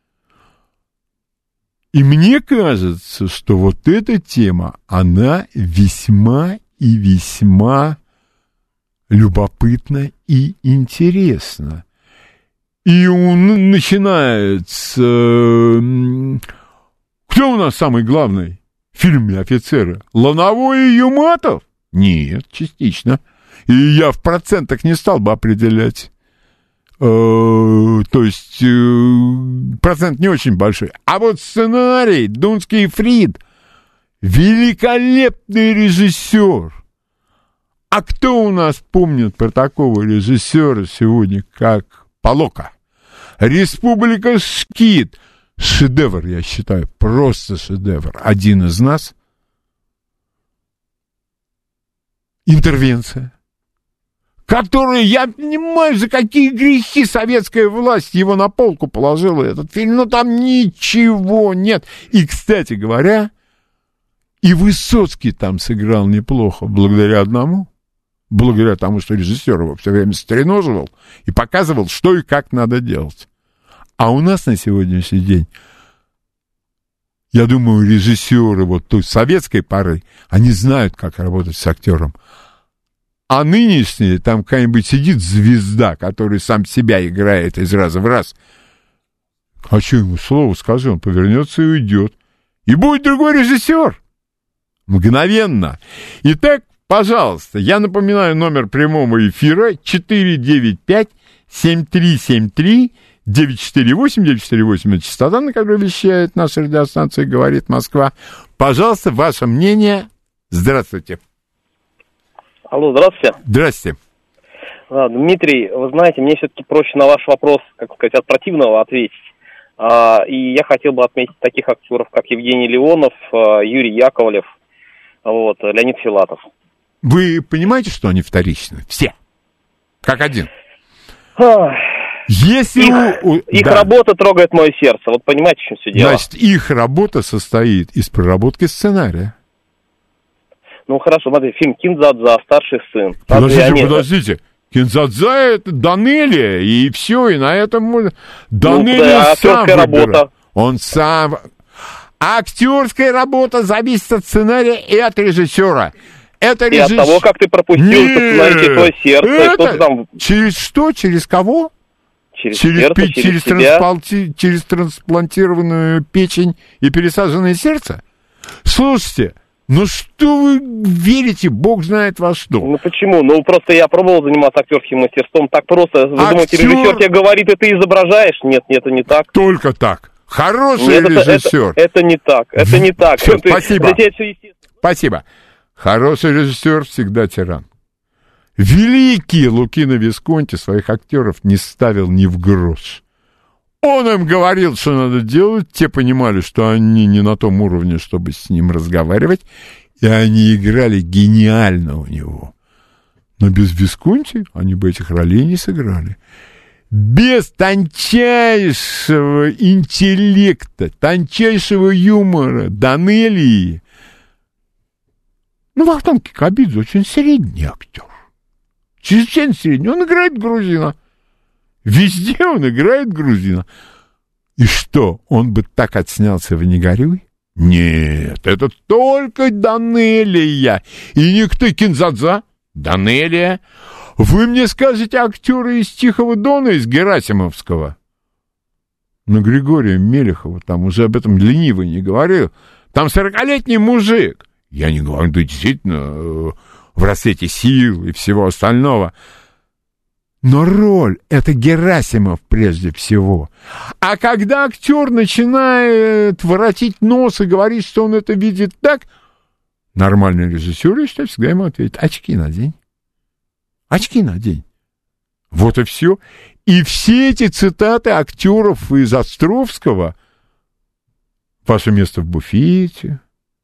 И мне кажется, что вот эта тема, она весьма и весьма любопытна и интересна. И он начинается... Кто у нас самый главный в фильме «Офицеры»? Лановой и Юматов? Нет, частично. И я в процентах не стал бы определять. Э, то есть э, процент не очень большой. А вот сценарий Дунский и Фрид. Великолепный режиссер. А кто у нас помнит про такого режиссера сегодня, как Полока? «Республика Шкит». Шедевр, я считаю, просто шедевр. Один из нас. «Интервенция», которую, я понимаю, за какие грехи советская власть его на полку положила, этот фильм, но там ничего нет. И, кстати говоря, и Высоцкий там сыграл неплохо, благодаря одному, благодаря тому, что режиссер его все время стреноживал и показывал, что и как надо делать. А у нас на сегодняшний день, я думаю, режиссеры вот той советской поры, они знают, как работать с актером. А нынешние, там какая-нибудь сидит звезда, который сам себя играет из раза в раз. А что ему слово скажи, он повернется и уйдет. И будет другой режиссер. Мгновенно. Итак, пожалуйста, я напоминаю номер прямого эфира четыре девять пять семь три семь три девять четыре восемь, девять четыре восемь, это частота, на которой вещает наша радиостанция «Говорит Москва». Пожалуйста, ваше мнение. Здравствуйте. Алло, здравствуйте. Здравствуйте. А, Дмитрий, вы знаете, мне все-таки проще на ваш вопрос, как сказать, от противного ответить. А, и я хотел бы отметить таких актеров, как Евгений Леонов, а, Юрий Яковлев, вот, Леонид Филатов. Вы понимаете, что они вторичны? Все. Как один. А... Если их у... их да. работа трогает мое сердце. Вот понимаете, в чем все дело? Значит, их работа состоит из проработки сценария. Ну, хорошо, смотрите, фильм «Кинзадза», «Старший сын». Подождите, они... подождите. «Кинзадза» — это Данелия, и все, и на этом можно... Данелия ну, да, сам актерская выбирает. работа. Он сам... А актерская работа зависит от сценария и от режиссера. Это и режисс... от того, как ты пропустил, смотрите, твое сердце. Это... И там... Через что? Через кого? Через, через, сердце, пи- через, через, транспланти- через трансплантированную печень и пересаженное сердце? Слушайте, Ну что вы верите, бог знает во что? Ну почему? Ну просто я пробовал заниматься актерским мастерством. Так просто, вы Актер... думаете, режиссер тебе говорит, и ты изображаешь? Нет, нет, это не так. Только так. Хороший нет, режиссер. Это, это, это не так, это не так. Все, спасибо. Для тебя все спасибо. Хороший режиссер всегда тиран. Великий Лукино Висконти своих актеров не ставил ни в грош. Он им говорил, что надо делать, те понимали, что они не на том уровне, чтобы с ним разговаривать, и они играли гениально у него. Но без Висконти они бы этих ролей не сыграли. Без тончайшего интеллекта, тончайшего юмора Данелии. Ну, Вахтанг Кикабидзе очень средний актер. Чрезвычайно средний. Он играет грузина. Везде он играет грузина. И что, он бы так отснялся в «Не горюй»? Нет, это только Данелия. И никто Кинзадза. Данелия. Вы мне скажете актеры из «Тихого Дона», из Герасимовского? Но Григория Мелехова там уже об этом лениво не говорил. Там сорокалетний мужик. Я не говорю, да действительно, в расцвете сил и всего остального. Но роль — это Герасимов прежде всего. А когда актер начинает воротить нос и говорить, что он это видит так, нормальный режиссер, я считаю, всегда ему ответит: очки надень. Очки надень. Вот и все. И все эти цитаты актеров из Островского: «Ваше место в буфете»,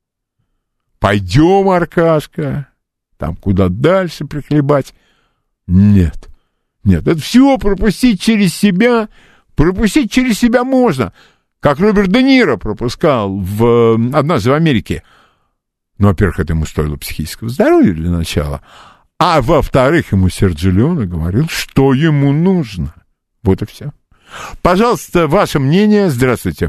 «Пойдем, Аркашка», там куда дальше прихлебать. Нет. Нет, это все пропустить через себя. Пропустить через себя можно. Как Роберт Де Ниро пропускал в, однажды в Америке. Ну, во-первых, это ему стоило психического здоровья для начала. А во-вторых, ему Серджио Леоне говорил, что ему нужно. Вот и все. Пожалуйста, ваше мнение. Здравствуйте.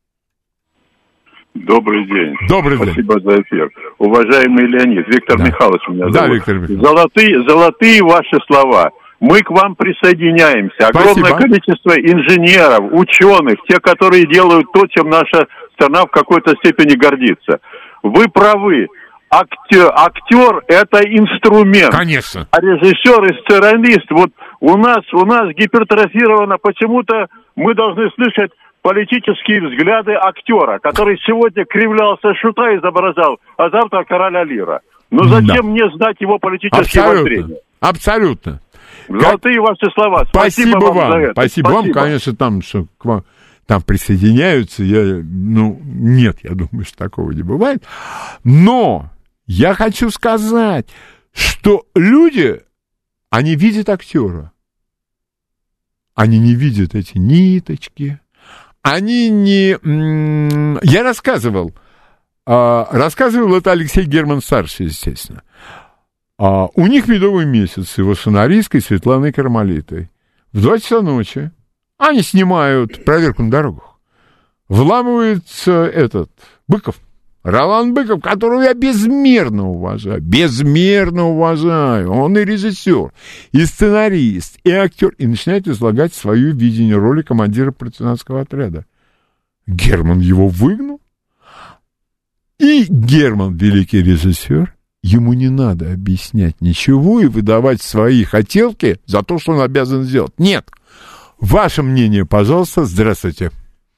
Добрый день. Добрый день. Спасибо за эфир. Уважаемый Леонид, Виктор да. Михайлович меня зовут. Да, Виктор Михайлович. Золотые, золотые ваши слова. Мы к вам присоединяемся. Огромное Спасибо. количество инженеров, ученых, те, которые делают то, чем наша страна в какой-то степени гордится. Вы правы. Актер, актер – это инструмент. Конечно. А режиссер и сценарист, вот у нас, у нас гипертрофировано, почему-то мы должны слышать политические взгляды актера, который сегодня кривлялся, шута изображал, а завтра короля Лира. Ну зачем да. мне знать его политические воззрения? Абсолютно. Золотые как... ваши слова. Спасибо, Спасибо вам, вам за это. Спасибо, Спасибо вам, конечно, там, что к вам там присоединяются. Я, ну, нет, я думаю, что такого не бывает. Но я хочу сказать, что люди, они видят актера. Они не видят эти ниточки. Они не... Я рассказывал. Рассказывал это Алексей Герман-старший, естественно. А у них медовый месяц, его сценаристкой Светланой Кармалитой. В два часа ночи они снимают проверку на дорогах. Вламывается этот Быков, Ролан Быков, которого я безмерно уважаю, безмерно уважаю. Он и режиссер, и сценарист, и актер, и начинает излагать свое видение роли командира партизанского отряда. Герман его выгнал. И Герман, великий режиссер, ему не надо объяснять ничего и выдавать свои хотелки за то, что он обязан сделать. Нет. Ваше мнение, пожалуйста. Здравствуйте.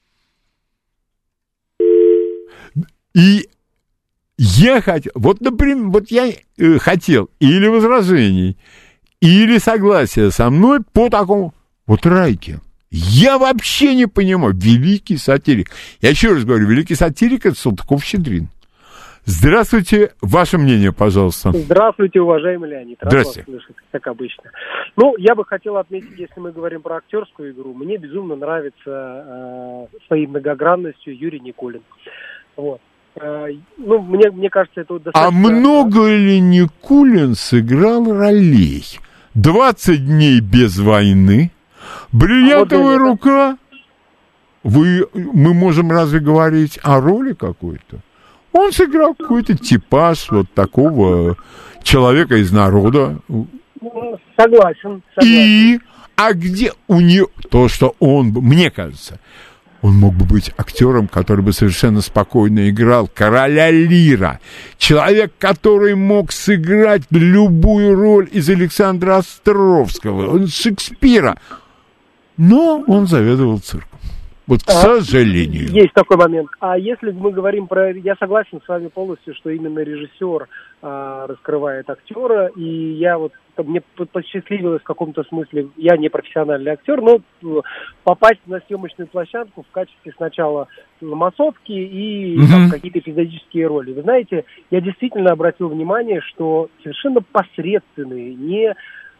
И я хотел, вот, например, вот я э, хотел или возражений, или согласия со мной по такому, вот Райкин. Я вообще не понимаю. Великий сатирик. Я еще раз говорю, великий сатирик — это Салтыков-Щедрин. Здравствуйте. Ваше мнение, пожалуйста. Здравствуйте, уважаемый Леонид. Рад Здравствуйте. вас слышать, как обычно. Ну, я бы хотел отметить, если мы говорим про актерскую игру, мне безумно нравится э, своей многогранностью Юрий Никулин. Вот. Э, ну, мне, мне кажется, это вот достаточно... А много ли Никулин сыграл ролей? «двадцать дней без войны», «Бриллиантовая а вот рука». Вы, мы можем разве говорить о роли какой-то? Он сыграл какой-то типаж вот такого человека из народа. Согласен. согласен. И, а где у него, то, что он, мне кажется, Он мог бы быть актером, который бы совершенно спокойно играл короля Лира. Человек, который мог сыграть любую роль из Александра Островского, из Шекспира. Но он заведовал цирком. Вот, к сожалению. Есть такой момент. А если мы говорим про... Я согласен с вами полностью, что именно режиссер а, раскрывает актера, и я вот... Мне посчастливилось в каком-то смысле, я не профессиональный актер, но попасть на съемочную площадку в качестве сначала массовки и mm-hmm. там, какие-то эпизодические роли. Вы знаете, я действительно обратил внимание, что совершенно посредственные, не...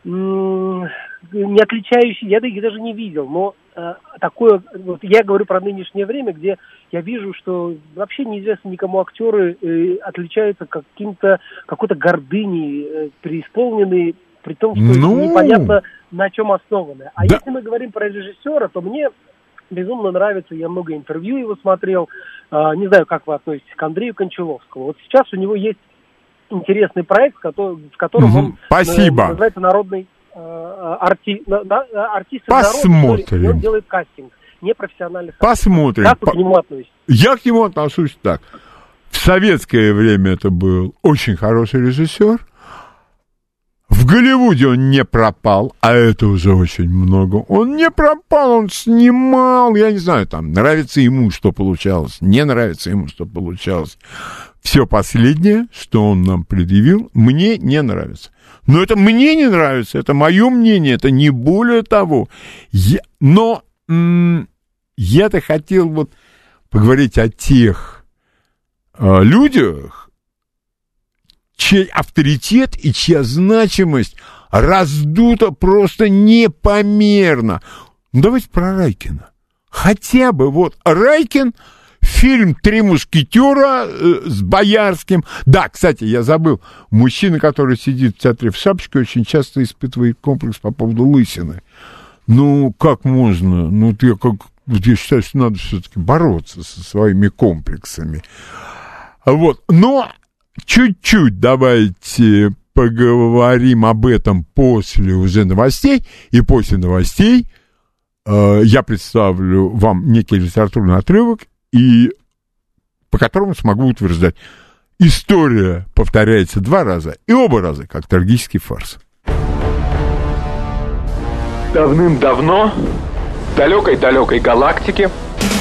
не отличающие, я их даже не видел, но э, такое, вот я говорю про нынешнее время, где я вижу, что вообще неизвестно никому актеры э, отличаются каким-то, какой-то гордыней, э, преисполненные, при том, что ну... непонятно на чем основаны. А да. если мы говорим про режиссера, то мне безумно нравится, я много интервью его смотрел, э, не знаю, как вы относитесь к Андрею Кончаловскому. Вот сейчас у него есть интересный проект, в котором угу. он Спасибо. называется «Народный э, арти, на, на, артист». Посмотрим. Народный, он делает кастинг, непрофессиональный. Посмотрим. Как вы к нему относитесь? Я к нему отношусь так. В советское время это был очень хороший режиссер. В Голливуде он не пропал, а это уже очень много. Он не пропал, он снимал, я не знаю, там, нравится ему, что получалось, не нравится ему, что получалось. Все последнее, что он нам предъявил, мне не нравится. Но это мне не нравится, это мое мнение, это не более того. Я, но м- я-то хотел вот поговорить о тех э, людях, чей авторитет и чья значимость раздута просто непомерно. Ну, давайте про Райкина. Хотя бы вот Райкин, фильм «Три мушкетера» э, с Боярским. Да, кстати, я забыл, мужчина, который сидит в театре в шапочке, очень часто испытывает комплекс по поводу лысины. Ну, как можно? Ну, я, как, я считаю, что надо все-таки бороться со своими комплексами. Вот, но... Чуть-чуть давайте поговорим об этом после уже новостей. И после новостей э, я представлю вам некий литературный отрывок, и по которому смогу утверждать: история повторяется два раза, и оба раза как трагический фарс. Давным-давно в далекой-далекой галактике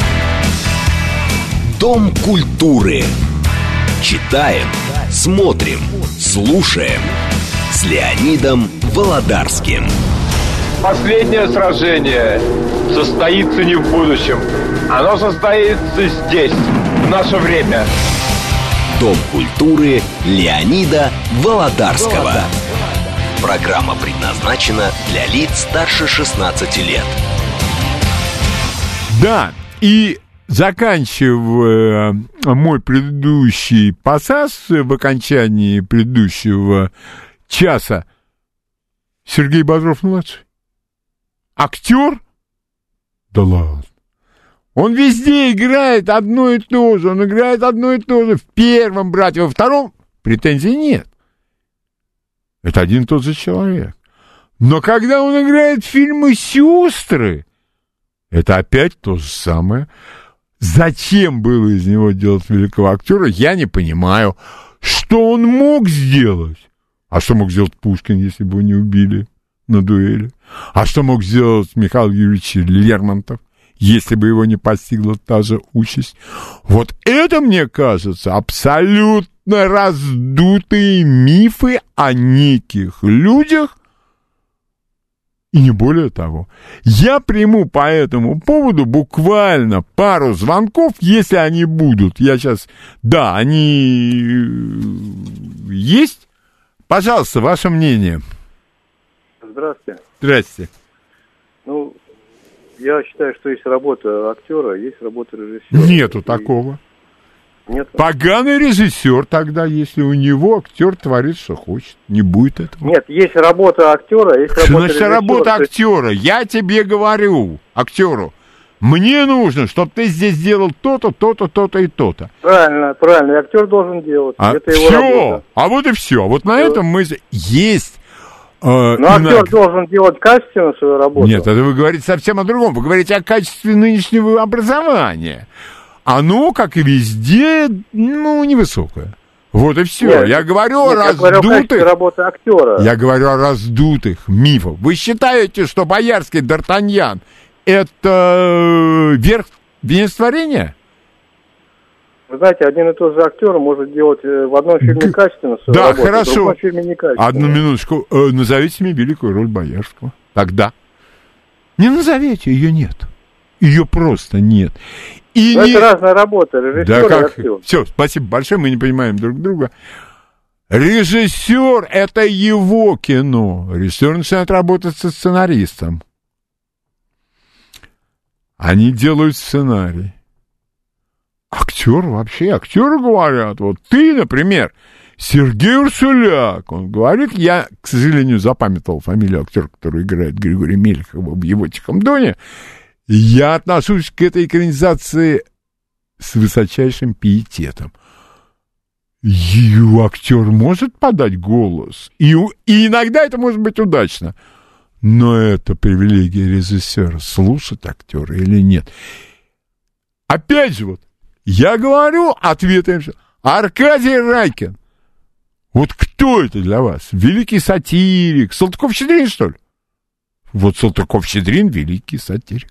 Дом культуры. Читаем, смотрим, слушаем с Леонидом Володарским. Последнее сражение состоится не в будущем. Оно состоится здесь, в наше время. Дом культуры Леонида Володарского. Программа предназначена для лиц старше шестнадцати лет. Да, и... Заканчивая мой предыдущий пассаж в окончании предыдущего часа, Сергей Бодров-младший. Актер? Да ладно. Он везде играет одно и то же. Он играет одно и то же. В первом брате, во втором претензий нет. Это один и тот же человек. Но когда он играет в фильмы «Сестры», это опять то же самое. Зачем было из него делать великого актера, я не понимаю. Что он мог сделать? А что мог сделать Пушкин, если бы его не убили на дуэли? А что мог сделать Михаил Юрьевич Лермонтов, если бы его не постигла та же участь? Вот это, мне кажется, абсолютно раздутые мифы о неких людях, и не более того. Я приму по этому поводу буквально пару звонков, если они будут. Я сейчас... Да, они есть. Пожалуйста, ваше мнение. Здравствуйте. Здрасте. Ну, я считаю, что есть работа актера, есть работа режиссера. Нету и... такого. Нет. Поганый режиссер тогда, если у него актер творит, что хочет. Не будет этого. Нет, есть работа актера, есть что работа значит режиссера. работа актера? Я тебе говорю, актеру, мне нужно, чтобы ты здесь сделал то-то, то-то, то-то и то-то. Правильно, правильно, и актер должен делать. А, это его все, работа. А вот и все. Вот на все. этом мы... Есть Э, Но актер иногда... должен делать качественно свою работу. Нет, это вы говорите совсем о другом. Вы говорите о качестве нынешнего образования. Оно, как и везде, ну, невысокое. Вот и все. Нет, я говорю нет, о я говорю о раздутых... качестве работы актера. Я говорю о раздутых мифах. Вы считаете, что боярский Д'Артаньян — это верх венец-творения? Вы знаете, один и тот же актер может делать в одном фильме качественно свою да, работу, хорошо. в другом фильме некачественно. Одну минуточку. Э, назовите мне великую роль Боярского. Тогда. Не назовите, ее нет. Ее просто нет. И Но не... это разная работа, режиссер да, и как... актер. Все, спасибо большое, мы не понимаем друг друга. Режиссер — это его кино. Режиссер начинает работать со сценаристом. Они делают сценарий. Актер вообще, актеры говорят, вот ты, например, Сергей Урсуляк, он говорит, я, к сожалению, запамятовал фамилию актера, который играет Григория Мелехова в его «Тихом доне», я отношусь к этой экранизации с высочайшим пиететом. И актер может подать голос, и, и иногда это может быть удачно, но это привилегия режиссера, слушать актера или нет. Опять же, вот, я говорю, ответом Аркадий Райкин. Вот кто это для вас? Великий сатирик. Салтыков-Щедрин, что ли? Вот Салтыков-Щедрин — великий сатирик.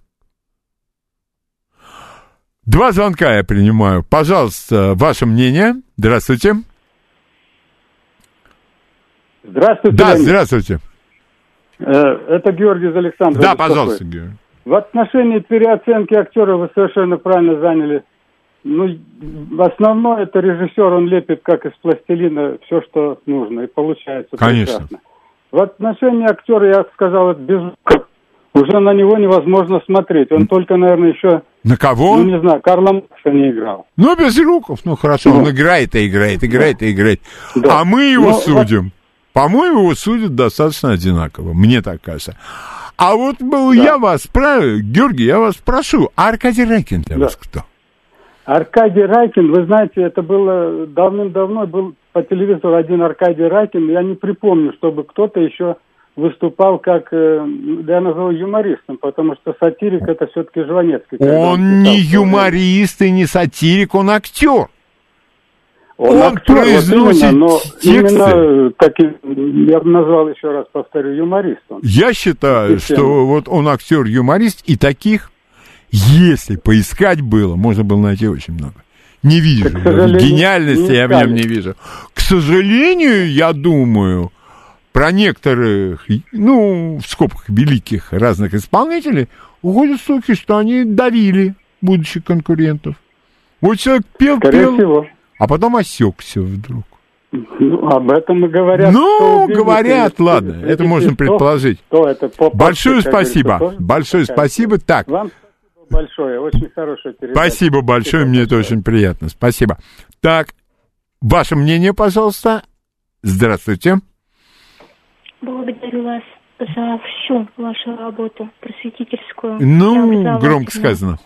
Два звонка я принимаю. Пожалуйста, ваше мнение. Здравствуйте. Здравствуйте. Да, Леонид. здравствуйте. Это Георгий из Александрова. Да, пожалуйста, Георгий. В отношении переоценки актера вы совершенно правильно заняли. Ну, основное, это режиссер, он лепит как из пластилина все, что нужно, и получается Конечно. прекрасно. В отношении актера, я сказал, это без звука. Уже на него невозможно смотреть. Он только, наверное, еще... На кого? Ну, не знаю, Карла Маркса не играл. Ну, Безруков, ну, хорошо, Да. он играет и играет, играет и играет. Да. А мы его Но судим. Вот... По-моему, его судят достаточно одинаково, мне так кажется. А вот ну, да. я вас, правильно, Георгий, я вас прошу, а Аркадий Райкин для да. вас кто? Аркадий Райкин, вы знаете, это было давным-давно, был по телевизору один Аркадий Райкин, я не припомню, чтобы кто-то еще выступал как, я назову юмористом, потому что сатирик это все-таки Жванецкий. Он, он не юморист и не сатирик, он актер. Он, он актер, произносит вот именно, но тексты. Именно, как я бы назвал, еще раз повторю, юморист. Он. Я считаю, что вот он актер-юморист, и таких, если поискать было, можно было найти очень много. Не вижу. Гениальности я в нем не вижу. К сожалению, я думаю, про некоторых, ну, в скобках, великих разных исполнителей уходят слухи, что они давили будущих конкурентов. Вот человек пел, Скорее пел, всего. а потом осекся вдруг. Ну, об этом и говорят. Ну, говорят, видите, ладно, видите, это можно кто, предположить. Кто это, по большое спасибо, говорится, большое спасибо. Так. Вам большое, очень хорошая передача. Спасибо большое, мне это очень приятно, спасибо. Так, ваше мнение, пожалуйста. Здравствуйте. Благодарю вас за всю вашу работу просветительскую. Ну, громко сказано.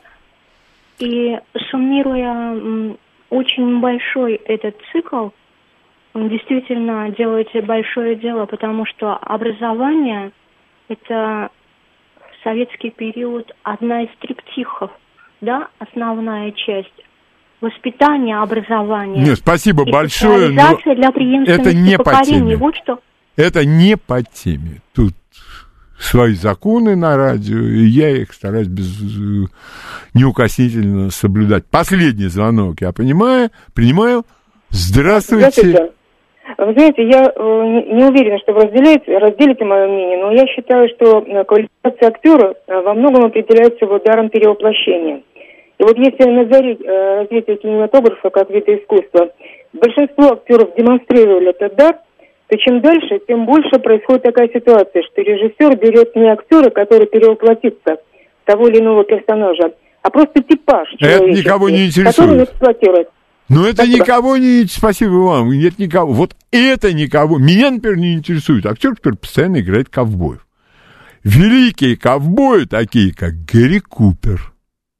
И суммируя очень большой этот цикл, действительно делаете большое дело, потому что образование – это в советский период одна из триптихов, да, основная часть. Воспитание, образование. Нет, спасибо большое, но для преемственности это не поколений. по теме. Вот что. Это не по теме. Тут свои законы на радио, и я их стараюсь без, неукоснительно соблюдать. Последний звонок, я понимаю, принимаю. Здравствуйте. Здравствуйте. Вы знаете, я э, не уверена, что вы разделяете, разделите мое мнение, но я считаю, что квалификация актера во многом определяется его даром перевоплощения. И вот если на заре э, развития кинематографа как вида искусства большинство актеров демонстрировали этот дар, то чем дальше, тем больше происходит такая ситуация, что режиссер берет не актера, который перевоплотится в того или иного персонажа, а просто типаж человеческий, это никого не интересует. Который он эксплуатирует. Но это Спасибо. никого не... Спасибо вам. Нет никого. Вот это никого... Меня, например, не интересует актер, который постоянно играет ковбоев. Великие ковбои, такие как Гэри Купер,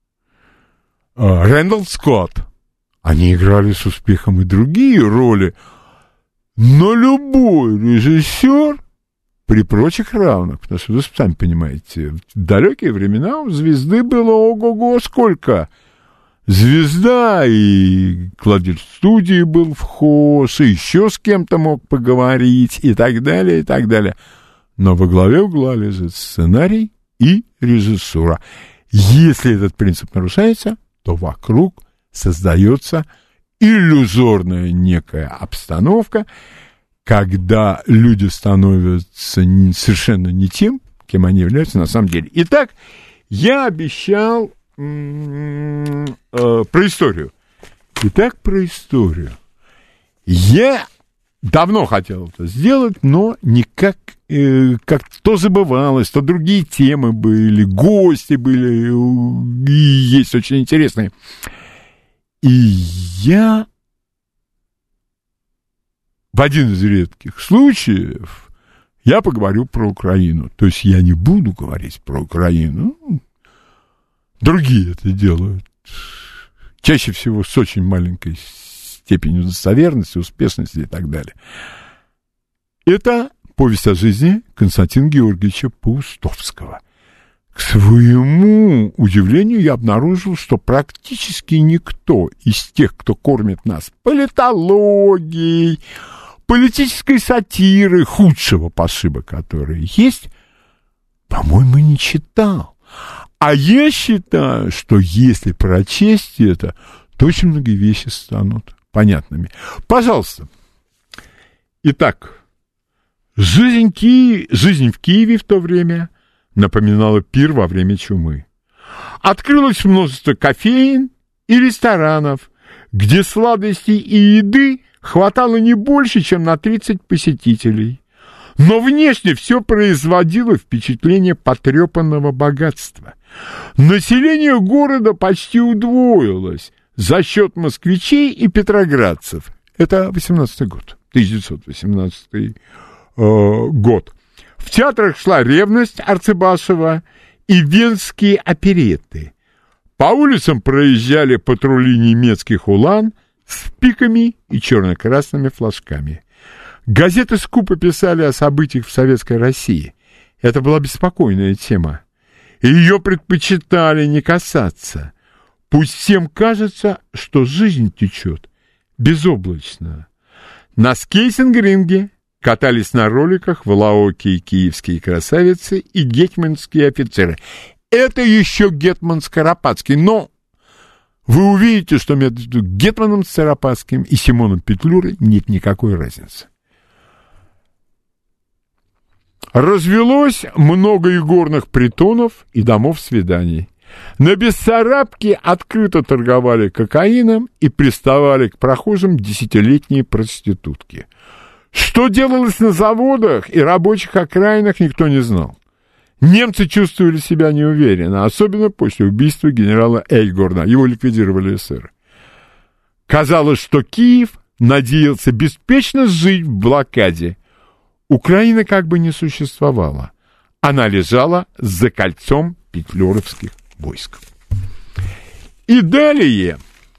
Рэндалл Скотт. Они играли с успехом и другие роли. Но любой режиссер при прочих равных, потому что вы сами понимаете, в далекие времена у звезды было ого-го сколько. Звезда, и кладет в студии был вхож, и еще с кем-то мог поговорить, и так далее, и так далее. Но во главе угла лежит сценарий и режиссура. Если этот принцип нарушается, то вокруг создается иллюзорная некая обстановка, когда люди становятся совершенно не тем, кем они являются на самом деле. Итак, я обещал м- м- э, про историю. Итак, про историю. Я давно хотел это сделать, но никак, э, как то забывалось, то другие темы были, гости были, и есть очень интересные. И я в один из редких случаев я поговорю про Украину. То есть я не буду говорить про Украину. Другие это делают. Чаще всего с очень маленькой степенью достоверности, успешности и так далее. Это повесть о жизни Константина Георгиевича Паустовского. К своему удивлению, я обнаружил, что практически никто из тех, кто кормит нас политологией, политической сатирой, худшего пошиба, который есть, по-моему, не читал. А я считаю, что если прочесть это, то очень многие вещи станут понятными. Пожалуйста. Итак, жизнь, Ки... жизнь в Киеве в то время напоминала пир во время чумы. Открылось множество кофеен и ресторанов, где сладостей и еды хватало не больше, чем на тридцать посетителей. Но внешне все производило впечатление потрепанного богатства. Население города почти удвоилось за счет москвичей и петроградцев. Это восемнадцатый год, тысяча девятьсот восемнадцатый э, год. В театрах шла «Ревность» Арцебашева и венские оперетты. По улицам проезжали патрули немецких улан с пиками и черно-красными флажками. Газеты скупо писали о событиях в Советской России. Это была беспокойная тема. Ее предпочитали не касаться. Пусть всем кажется, что жизнь течет безоблачно. На скейтинг-ринге катались на роликах волоокие киевские красавицы и гетманские офицеры. Это еще гетман Скоропадский, но вы увидите, что между гетманом Скоропадским и Симоном Петлюрой нет никакой разницы. Развелось много игорных притонов и домов свиданий. На Бессарабке открыто торговали кокаином и приставали к прохожим десятилетние проститутки. Что делалось на заводах и рабочих окраинах, никто не знал. Немцы чувствовали себя неуверенно, особенно после убийства генерала Эйхгорна. Его ликвидировали эсеры. Казалось, что Киев надеялся беспечно жить в блокаде. Украина как бы не существовала. Она лежала за кольцом петлюровских войск. И далее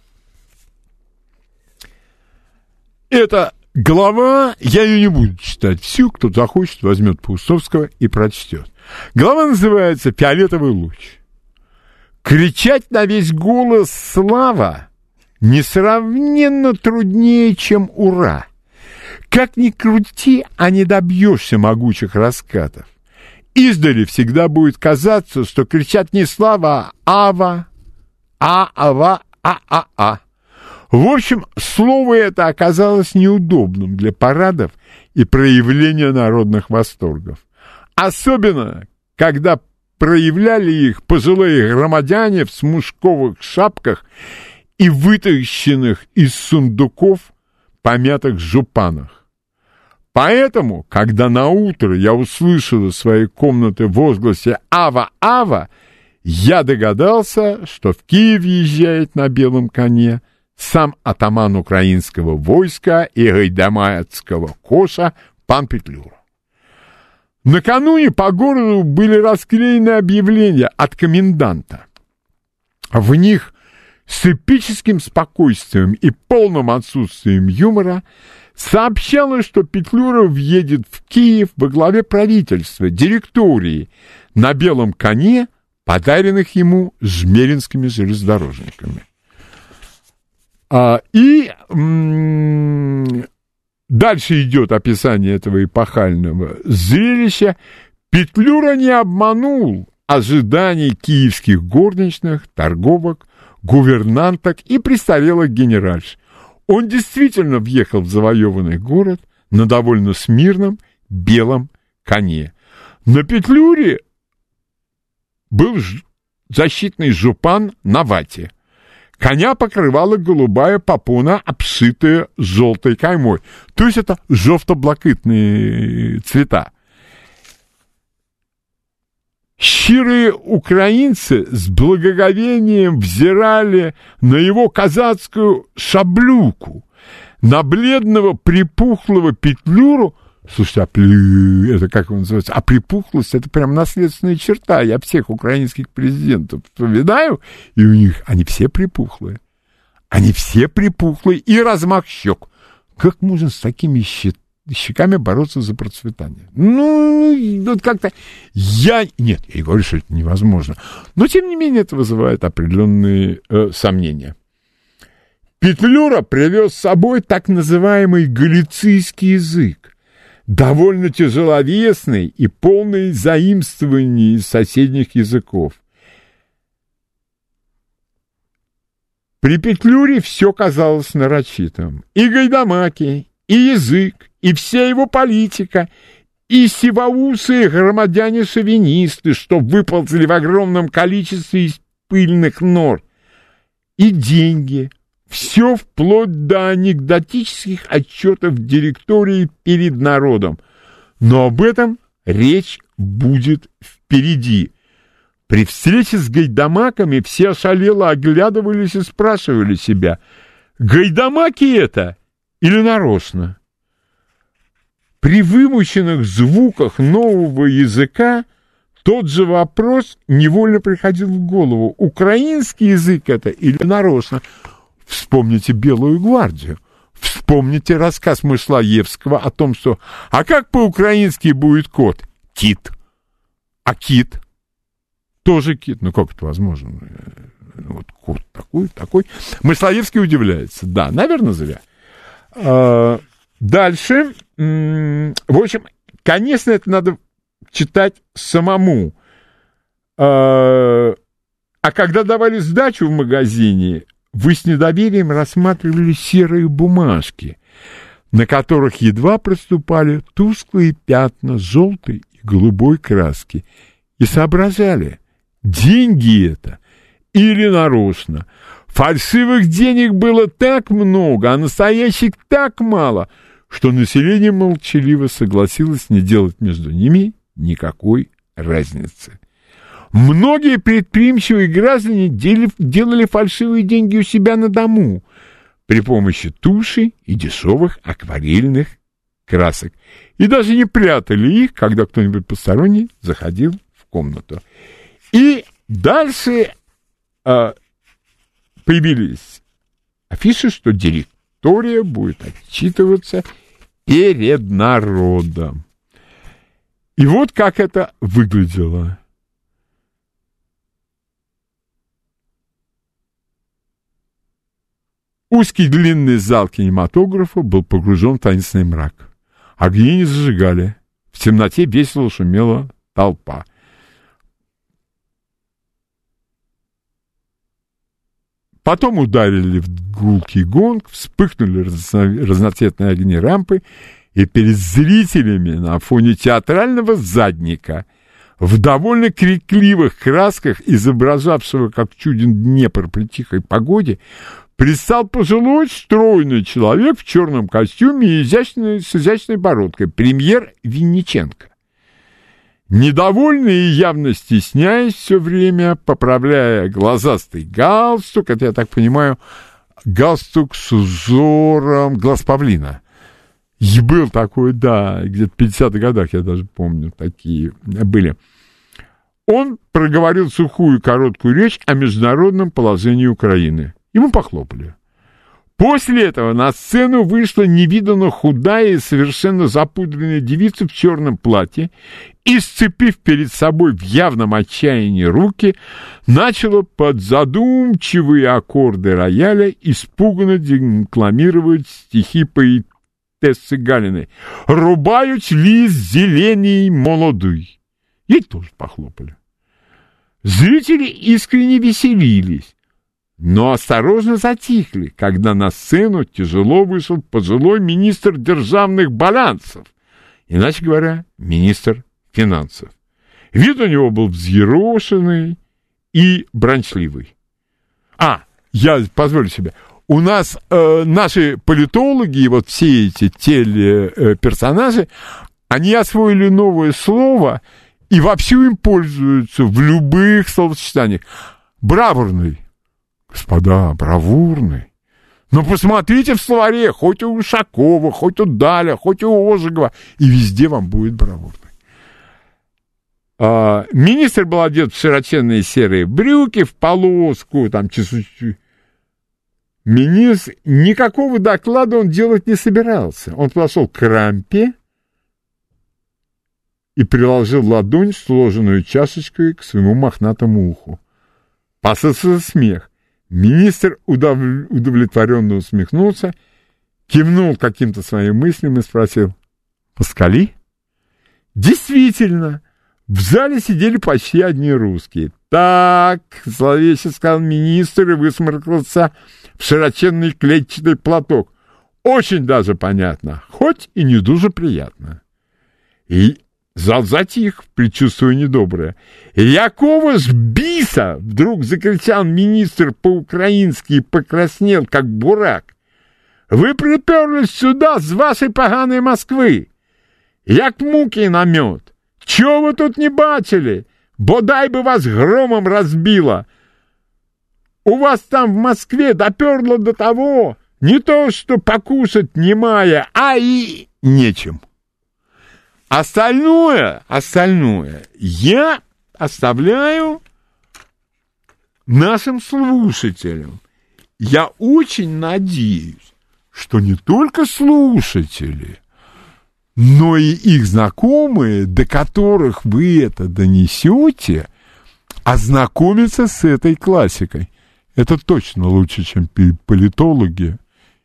эта глава, я ее не буду читать всю, кто захочет, возьмет Паустовского и прочтет. Глава называется «Фиолетовый луч». Кричать на весь голос «Слава» несравненно труднее, чем «Ура». Как ни крути, а не добьешься могучих раскатов. Издали всегда будет казаться, что кричат не слава, а ава, а-ава, а-а-а. В общем, слово это оказалось неудобным для парадов и проявления народных восторгов. Особенно, когда проявляли их пожилые громадяне в смушковых шапках и вытащенных из сундуков помятых жупанах. Поэтому, когда наутро я услышал из своей комнаты в возгласе «Ава, Ава», я догадался, что в Киев езжает на белом коне сам атаман украинского войска и гайдамацкого коша пан Петлюра. Накануне по городу были расклеены объявления от коменданта. В них с эпическим спокойствием и полным отсутствием юмора сообщала, что Петлюра въедет в Киев во главе правительства, директории, на белом коне, подаренных ему жмеринскими железнодорожниками. А, и м- дальше идет описание этого эпохального зрелища. Петлюра не обманул ожиданий киевских горничных, торговок, гувернанток и престарелых генеральш. Он действительно въехал в завоеванный город на довольно смирном белом коне. На Петлюре был ж- защитный жупан на вате. Коня покрывала голубая попона, обшитая желтой каймой. То есть это жовто-блакитные цвета. Щирые украинцы с благоговением взирали на его казацкую шаблюку, на бледного припухлого Петлюру. Слушайте, а плю, это как он называется? А припухлость — это прям наследственная черта. Я всех украинских президентов вспоминаю, и у них они все припухлые. Они все припухлые, и размах щек. Как можно с такими щеками? щеками бороться за процветание? Ну, вот как-то я... Нет, я не говорю, что это невозможно. Но, тем не менее, это вызывает определенные э, сомнения. Петлюра привез с собой так называемый галицийский язык, довольно тяжеловесный и полный заимствований из соседних языков. При Петлюре все казалось нарочитым. И гайдамаки, и язык, и вся его политика, и сивоусые громадяне-шовинисты, что выползли в огромном количестве из пыльных нор, и деньги, все вплоть до анекдотических отчетов директории перед народом. Но об этом речь будет впереди. При встрече с гайдамаками все ошалело оглядывались и спрашивали себя, гайдамаки это или нарочно? При вымученных звуках нового языка тот же вопрос невольно приходил в голову. Украинский язык это или нарочно? Вспомните «Белую гвардию». Вспомните рассказ Мышлаевского о том, что «А как по-украински будет кот?» «Кит». А кит? Тоже кит. Ну, как это возможно? Вот кот такой, такой. Мышлаевский удивляется. Да, наверное, зря. А, дальше. В общем, конечно, это надо читать самому. А, а когда давали сдачу в магазине, вы с недоверием рассматривали серые бумажки, на которых едва проступали тусклые пятна желтой и голубой краски, и соображали, деньги это или нарочно. Фальшивых денег было так много, а настоящих так мало, что население молчаливо согласилось не делать между ними никакой разницы. Многие предприимчивые граждане дели, делали фальшивые деньги у себя на дому при помощи туши и дешевых акварельных красок. И даже не прятали их, когда кто-нибудь посторонний заходил в комнату. И дальше э, появились афиши, что директория будет отчитываться перед народом. И вот как это выглядело. Узкий длинный зал кинематографа был погружен в таинственный мрак. Огни не зажигали. В темноте весело шумела толпа. Потом ударили в гулкий гонг, вспыхнули разноцветные огни рампы, и перед зрителями на фоне театрального задника в довольно крикливых красках, изображавшего, как чуден Днепр при тихой погоде, предстал пожилой, стройный человек в черном костюме и изящной, с изящной бородкой, премьер Винниченко. Недовольный и явно стесняясь все время, поправляя глазастый галстук, это, я так понимаю, галстук с узором глаз павлина. И был такой, да, где-то в пятидесятых годах, я даже помню, такие были. он проговорил сухую короткую речь о международном положении Украины. Ему похлопали. После этого на сцену вышла невиданно худая и совершенно запудренная девица в черном платье и, сцепив перед собой в явном отчаянии руки, начала под задумчивые аккорды рояля испуганно декламировать стихи поэтессы Галиной «Рубають ліс зелений молодой». Ей тоже похлопали. Зрители искренне веселились, но осторожно затихли, когда на сцену тяжело вышел пожилой министр державных балансов, иначе говоря, министр финансов. Вид у него был взъерошенный и брончливый. А, я позволю себе, у нас э, наши политологи, вот все эти телеперсонажи, они освоили новое слово и вовсю им пользуются в любых словосочетаниях. Бравурный. Господа, бравурный. Но посмотрите в словаре, хоть у Ушакова, хоть у Даля, хоть у Ожегова, и везде вам будет бравурный. А, министр был одет в широченные серые брюки, в полоску, там, чесучу. Министр, никакого доклада он делать не собирался. Он подошел к рампе и приложил ладонь, сложенную чашечкой, к своему мохнатому уху. Послышался смех. Министр удов... удовлетворенно усмехнулся, кивнул каким-то своим мыслям и спросил: «Паскали?» Действительно, в зале сидели почти одни русские. «Так», — зловеще сказал министр и высморкался в широченный клетчатый платок. «Очень даже понятно, хоть и не дуже приятно». И зал затих, предчувствуя недоброе. «Якого ж биса!» — вдруг закричал министр по-украински и покраснел, как бурак. «Вы приперлись сюда с вашей поганой Москвы! Як муки на мед! Чего вы тут не бачили? Бодай бы вас громом разбило! У вас там в Москве доперло до того, не то что покушать немая, а и нечем. Остальное, остальное я оставляю нашим слушателям. Я очень надеюсь, что не только слушатели, но и их знакомые, до которых вы это донесете, ознакомятся с этой классикой. Это точно лучше, чем политологи,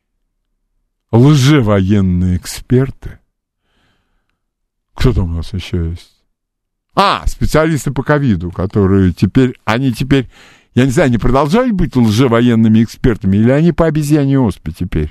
лжевоенные эксперты. Кто там у нас еще есть? А, специалисты по ковиду, которые теперь, они теперь, я не знаю, они продолжают быть лжевоенными экспертами, или они по обезьяне оспе теперь?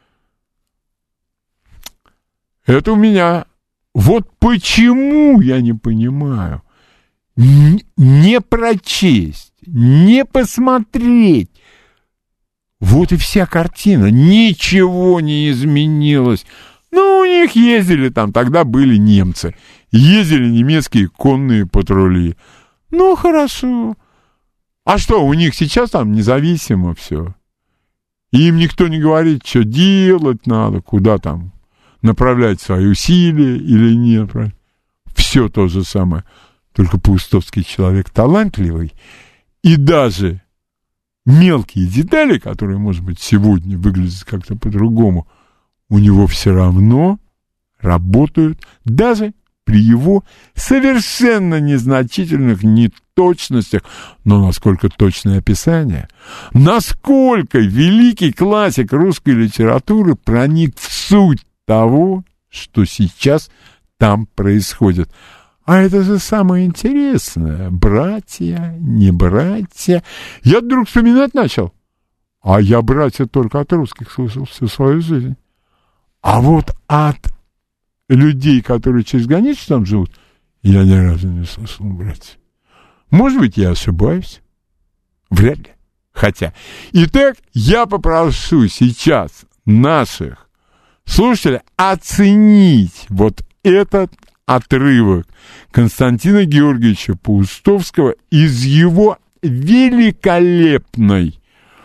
Это у меня. Вот почему я не понимаю. Не прочесть, не посмотреть. Вот и вся картина. Ничего не изменилось. Ну, у них ездили там, тогда были немцы. Ездили немецкие конные патрули. Ну, хорошо. А что, у них сейчас там независимо все. Им никто не говорит, что делать надо, куда там направлять свои усилия или нет. Все то же самое. Только Паустовский человек талантливый. И даже мелкие детали, которые, может быть, сегодня выглядят как-то по-другому, у него все равно работают даже при его совершенно незначительных неточностях. Но насколько точное описание, насколько великий классик русской литературы проник в суть того, что сейчас там происходит. А это же самое интересное. Братья, не братья. Я вдруг вспоминать начал. А я братья только от русских слышал всю свою жизнь. А вот от людей, которые через границу там живут, я ни разу не слышал братья. Может быть, я ошибаюсь. Вряд ли. Хотя. Итак, я попрошу сейчас наших слушателей оценить вот этот отрывок Константина Георгиевича Паустовского из его великолепной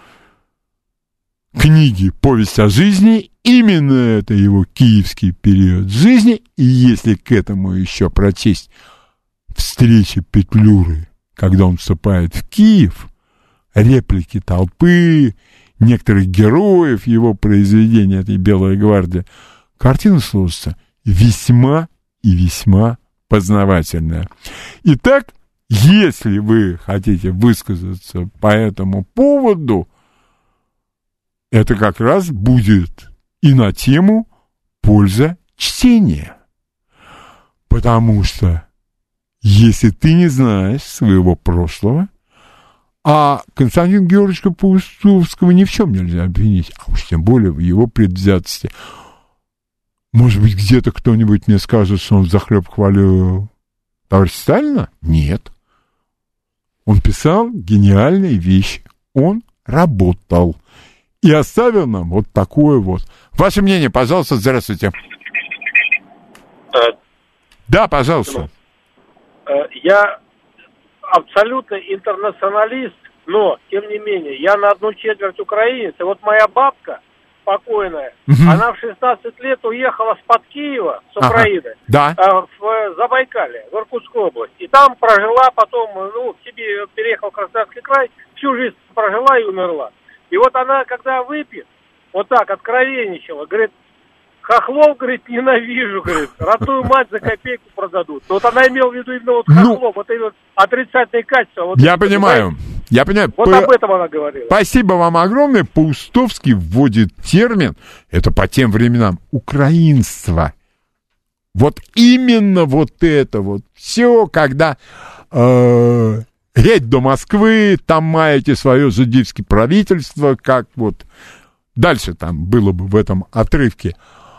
книги «Повесть о жизни». Именно это его киевский период жизни. И если к этому еще прочесть встречи Петлюры, когда он вступает в Киев, реплики толпы, некоторых героев его произведения, этой «Белая гвардия», картина сложится весьма и весьма познавательная. Итак, если вы хотите высказаться по этому поводу, это как раз будет и на тему «Польза чтения». Потому что если ты не знаешь своего прошлого, а Константина Георгиевича Паустовского ни в чем нельзя обвинить, а уж тем более в его предвзятости. Может быть, где-то кто-нибудь мне скажет, что он взахлеб хвалил товарища Сталина? Нет. Он писал гениальные вещи. Он работал. И оставил нам вот такое вот. Ваше мнение, пожалуйста, здравствуйте. Да, пожалуйста. Я абсолютно интернационалист, но, тем не менее, я на одну четверть украинец. И вот моя бабка, покойная, угу. она в шестнадцать лет уехала с-под Киева, с Украины, ага. да. в Забайкалье, в Иркутскую область. И там прожила потом, ну, в себе переехала в Краснодарский край, всю жизнь прожила и умерла. И вот она, когда выпьет, вот так откровенничала, говорит, хохлов, говорит, ненавижу, говорит, родную мать за копейку продадут. Вот она имела в виду именно вот хохлов, ну, вот эти вот отрицательные качества. Вот я понимаю, я понимаю. Вот П... об этом она говорила. Спасибо вам огромное. Паустовский вводит термин, это по тем временам, украинство. Вот именно вот это вот все, когда э, едь до Москвы, там маете свое жидівське правительство, как вот дальше там было бы в этом отрывке.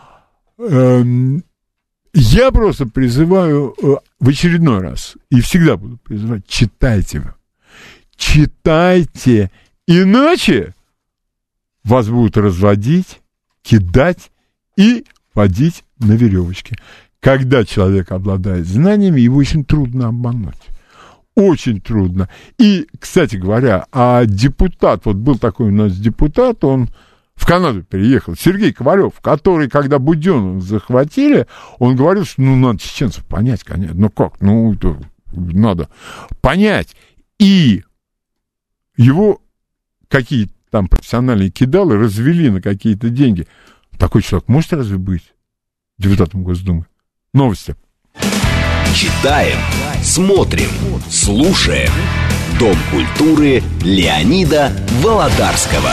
Я просто призываю в очередной раз, и всегда буду призывать, читайте. Читайте, иначе вас будут разводить, кидать и водить на веревочке. Когда человек обладает знаниями, его очень трудно обмануть. Очень трудно. И, кстати говоря, а депутат, вот был такой у нас депутат, он в Канаду переехал, Сергей Ковалев, который, когда Будённого захватили, он говорил, что ну надо чеченцев понять, конечно. Ну как? Ну, это надо понять. И его какие-то там профессиональные кидалы развели на какие-то деньги. Такой человек может разве быть депутатом Госдумы? Новости. Читаем, смотрим, слушаем. Дом культуры Леонида Володарского.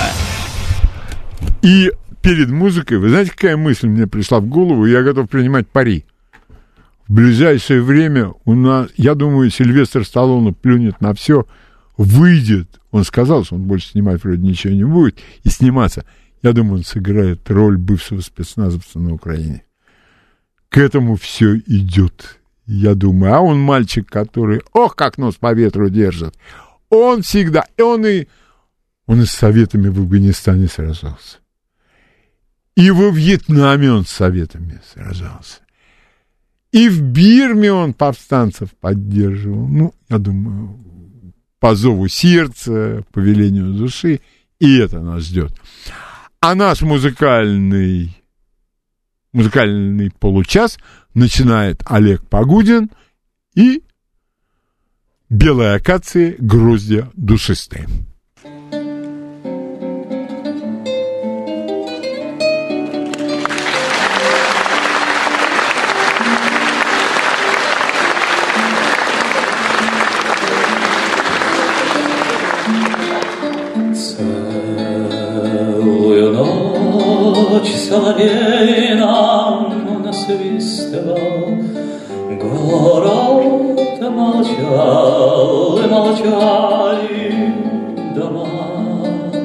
И перед музыкой, вы знаете, какая мысль мне пришла в голову? Я готов принимать пари. В ближайшее время у нас, я думаю, Сильвестр Сталлоне плюнет на все, выйдет. Он сказал, что он больше снимать вроде ничего не будет, и сниматься. Я думаю, он сыграет роль бывшего спецназовца на Украине. К этому все идет, я думаю. А он мальчик, который, ох, как нос по ветру держит. Он всегда, и он и, он и с советами в Афганистане сражался. И во Вьетнаме он с советами сражался. И в Бирме он повстанцев поддерживал. Ну, я думаю, по зову сердца, по велению души. И это нас ждет. А наш музыкальный, музыкальный получас начинает Олег Погудин и «Белые акации, гроздья душистые». Соловей нам насвистывал, город молчал, и молчали дома.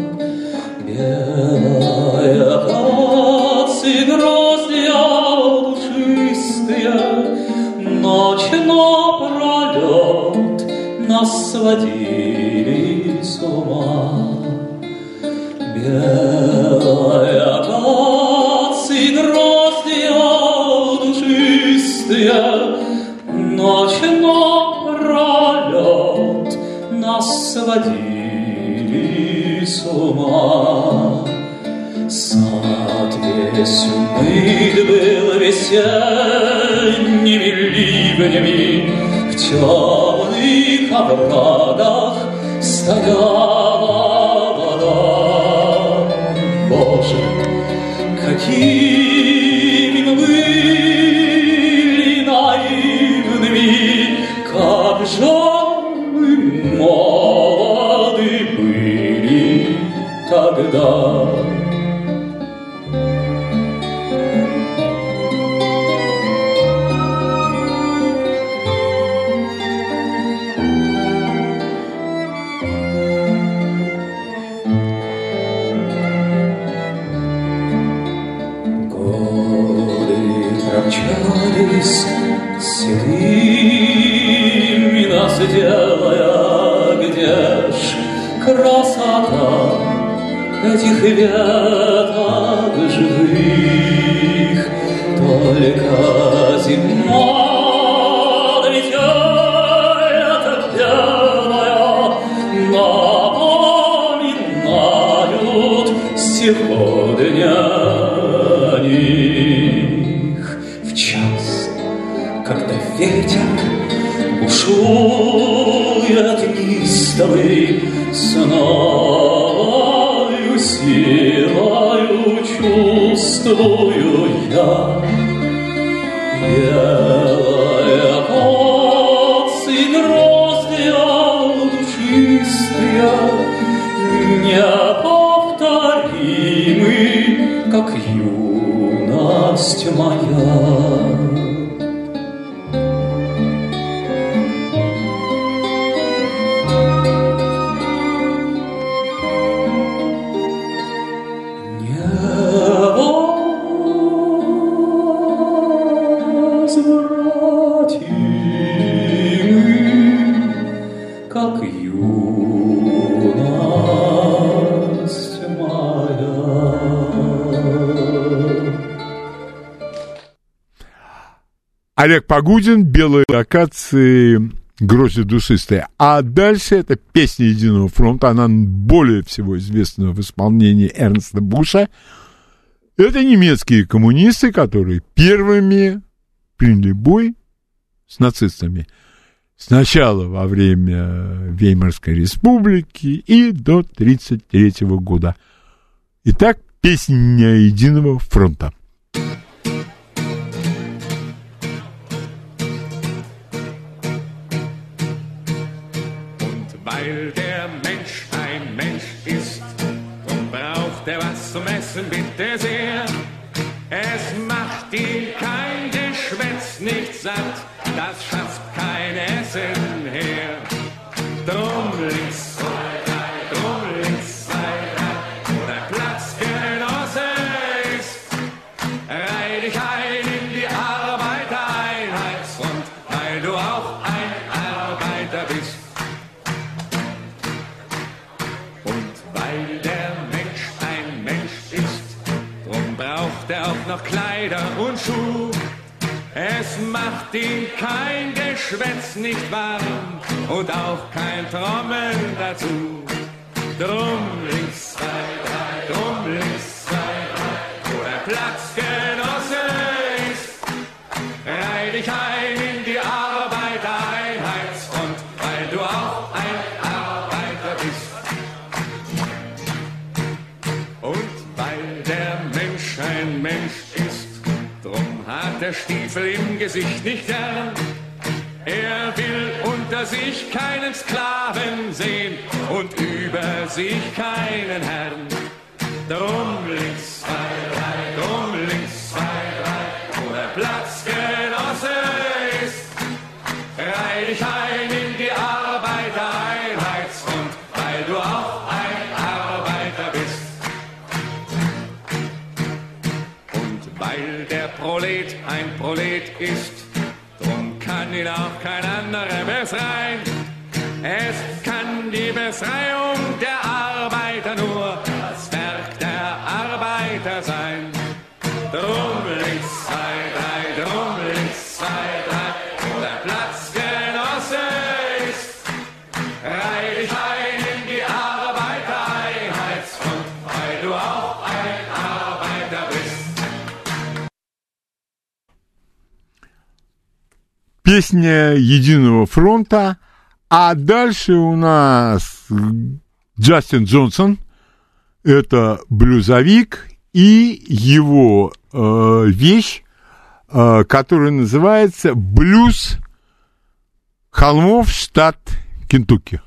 Белая акация, гроздья душистые, ночь напролет нас сводили с ума. Белая акация, гроздья душистые, ночь напролет нас сводили с ума. Сад весь умыт был весенними ливнями, в в темных оврагах стояла вода. Боже, какими мы были наивными, как же мы молоды были тогда. Седыми нас делая, где ж красота этих веток живых, только зима летят белая, напоминают сегодня о них. В час, когда ветер бушует неистовый, с новою силою чувствую я. Белая коц и гроздья душистые, неповторимы, как юность моя. Олег Погудин, «Белые акации», «Грозди душистые». А дальше это песня «Единого фронта». Она более всего известна в исполнении Эрнста Буша. Это немецкие коммунисты, которые первыми приняли бой с нацистами. Сначала во время Веймарской республики и до тысяча девятьсот тридцать третьего года. Итак, песня «Единого фронта». Weil der Mensch ein Mensch ist und braucht er was zum Essen, bitte sehr. Es macht ihn kein Geschwätz nicht satt, das schafft kein Essen her. Drum links, zwei, drei, drum links, zwei, drei, wo der Platzgenosse ist, reih dich ein in die Arbeitereinheitsfront, weil du auch ein Arbeiter bist. Der auch noch Kleider und Schuh. Es macht ihn kein Geschwätz nicht warm und auch kein Trommeln dazu. Drum links, zwei, drei, drum links, zwei, drei, wo der Platzgenosse ist, reih dich ein in die Arbeitereinheitsfront, weil du auch ein Arbeiter bist. Und weil der Mensch ein Mensch ist, drum hat der Stiefel im Gesicht nicht gern. Er will unter sich keinen Sklaven sehen und über sich keinen Herrn. Drum links, zwei, drei, drum links, zwei, drei, wo der Platzgenosse ist, reih dich ein in die Arbeitereinheitsfront, weil du auch ein Arbeiter bist. Weil der Prolet ein Prolet ist, drum kann ihn auch kein anderer befreien. Es kann die Befreiung der Arbeiter nur das Werk der Arbeiter sein. Drum links, zwei, drei, drum links, zwei, drei, wo der Platzgenosse ist, reih dich ein in die Arbeitereinheitsfront, weil du auch ein Arbeiter bist. песня Единого фронта, а дальше у нас Джастин Джонсон, это блюзовик, и его э, вещь, э, которая называется «Блюз холмов штат Кентукки».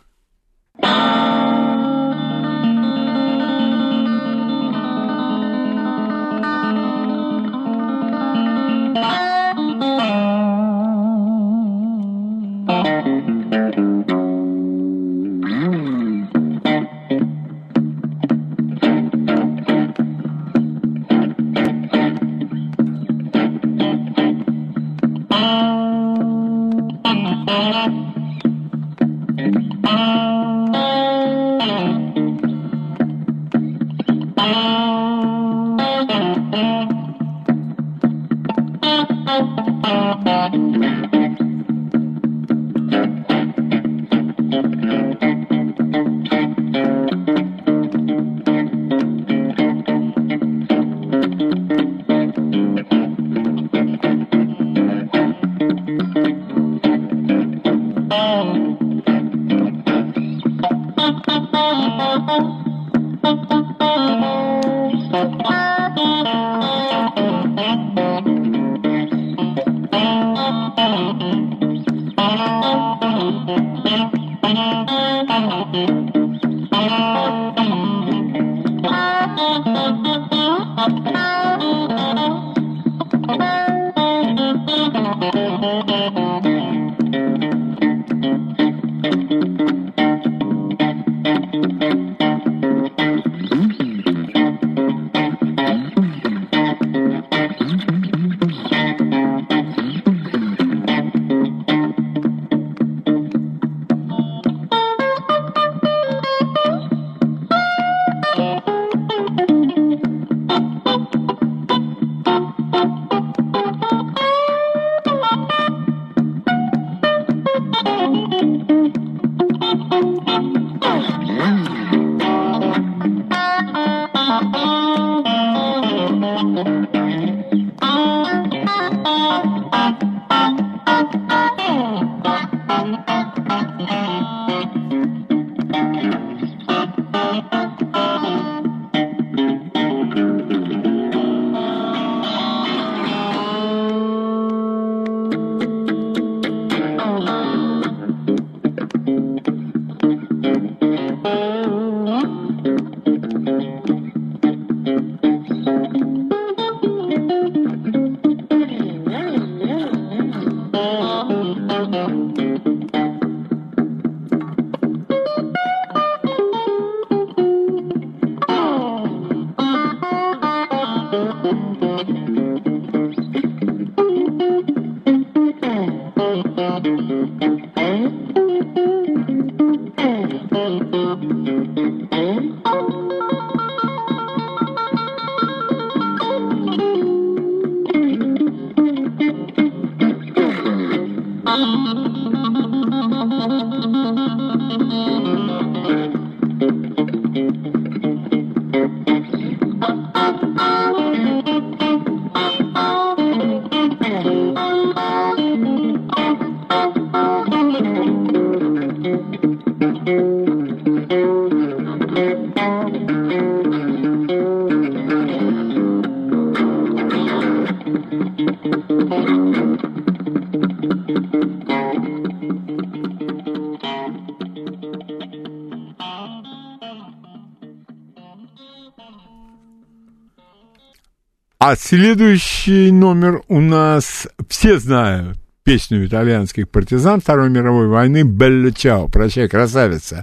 А следующий номер у нас, все знают песню итальянских партизан Второй мировой войны «Белла Чао», «Прощай, красавица».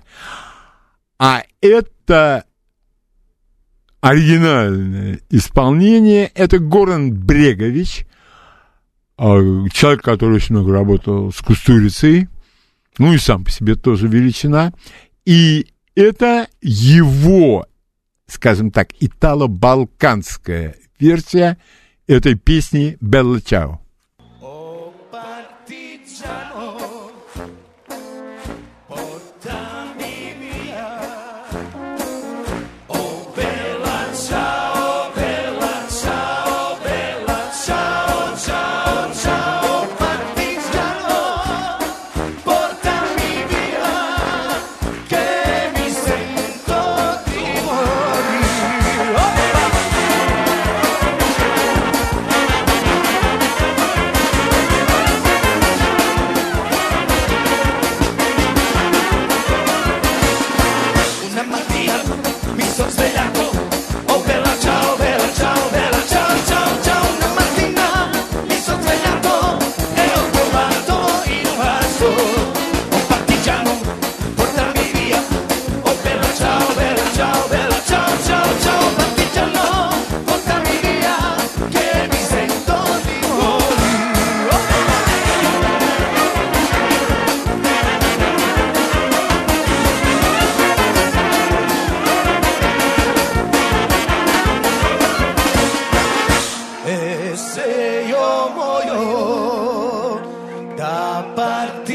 А это оригинальное исполнение, это Горан Брегович, человек, который очень много работал с Кустурицей, ну и сам по себе тоже величина, и это его, скажем так, итало-балканская версия этой песни «Белла Чао». Ciao, ciao, ciao, partigiano.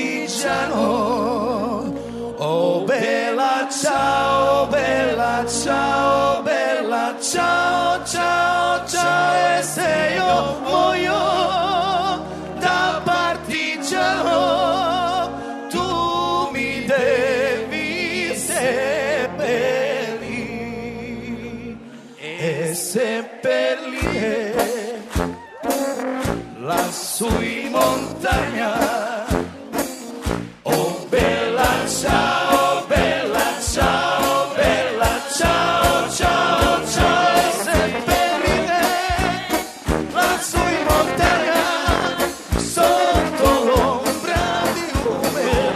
partigiano. Oh bella ciao, bella ciao, bella ciao, ciao, ciao. E se io muoio da partigiano, tu mi devi seppellire e seppellire lassù in montagna. Oh bella ciao, bella ciao, bella ciao, ciao, ciao. E seppellire lassù in montagna sotto l'ombra di un bel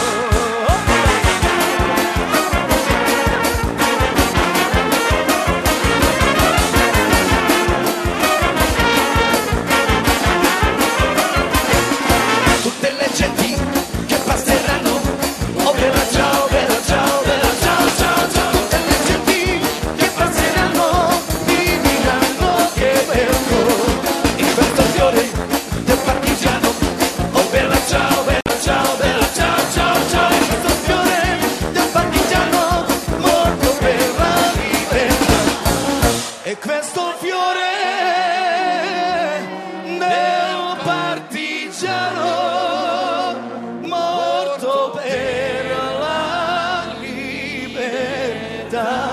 tutte le genti che passeranno. Oh bella ciao, bella ciao, bella ciao, ciao, ciao. Tutte le genti che passeranno mi diranno che bello in questo fiore del partigiano. Oh bella ciao, bella ciao, bella ciao, ciao, ciao. In questo fiore del partigiano morto per la libertà. E questo fiore del partigiano morto per la libertà.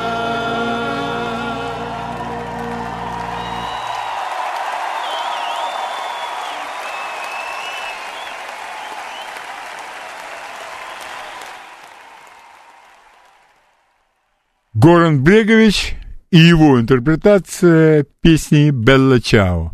Горан Брегович и его интерпретация песни «Белла Чао».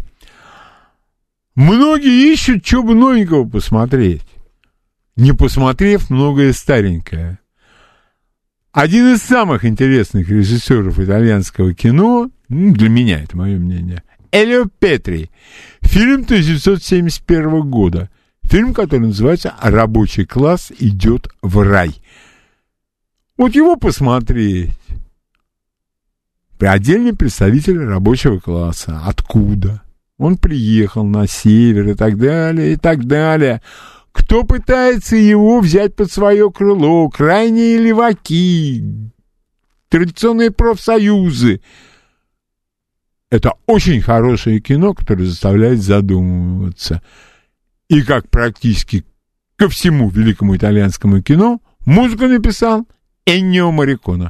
Многие ищут, что бы новенького посмотреть, не посмотрев многое старенькое. Один из самых интересных режиссеров итальянского кино, ну, для меня это мое мнение, Элио Петри. Фильм тысяча девятьсот семьдесят первого года. Фильм, который называется «Рабочий класс идет в рай». Вот его посмотреть. Отдельный представитель рабочего класса. Откуда? Он приехал на север и так далее, и так далее. Кто пытается его взять под свое крыло? Крайние леваки, традиционные профсоюзы. Это очень хорошее кино, которое заставляет задумываться. И как практически ко всему великому итальянскому кино музыку написал Эннио Морриконе.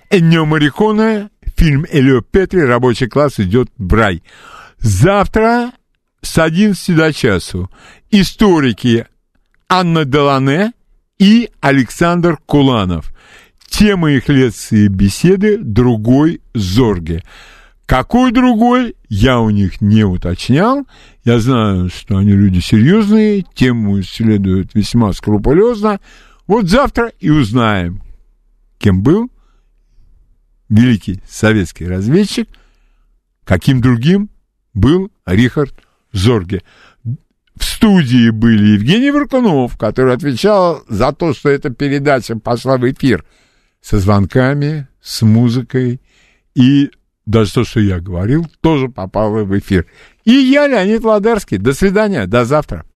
Эннио Морриконе, фильм Элио Петри, рабочий класс идет в рай. Завтра с одиннадцати до часу историки Анна Делане и Александр Куланов. Тема их лекции и беседы «Другой Зорге». Какой другой, я у них не уточнял. Я знаю, что они люди серьезные, тему исследуют весьма скрупулезно. Вот завтра и узнаем, кем был великий советский разведчик, каким другим был Рихард Зорге. В студии были Евгений Варкунов, который отвечал за то, что эта передача пошла в эфир со звонками, с музыкой, и даже то, что я говорил, тоже попало в эфир. И я, Леонид Володарский. До свидания, до завтра.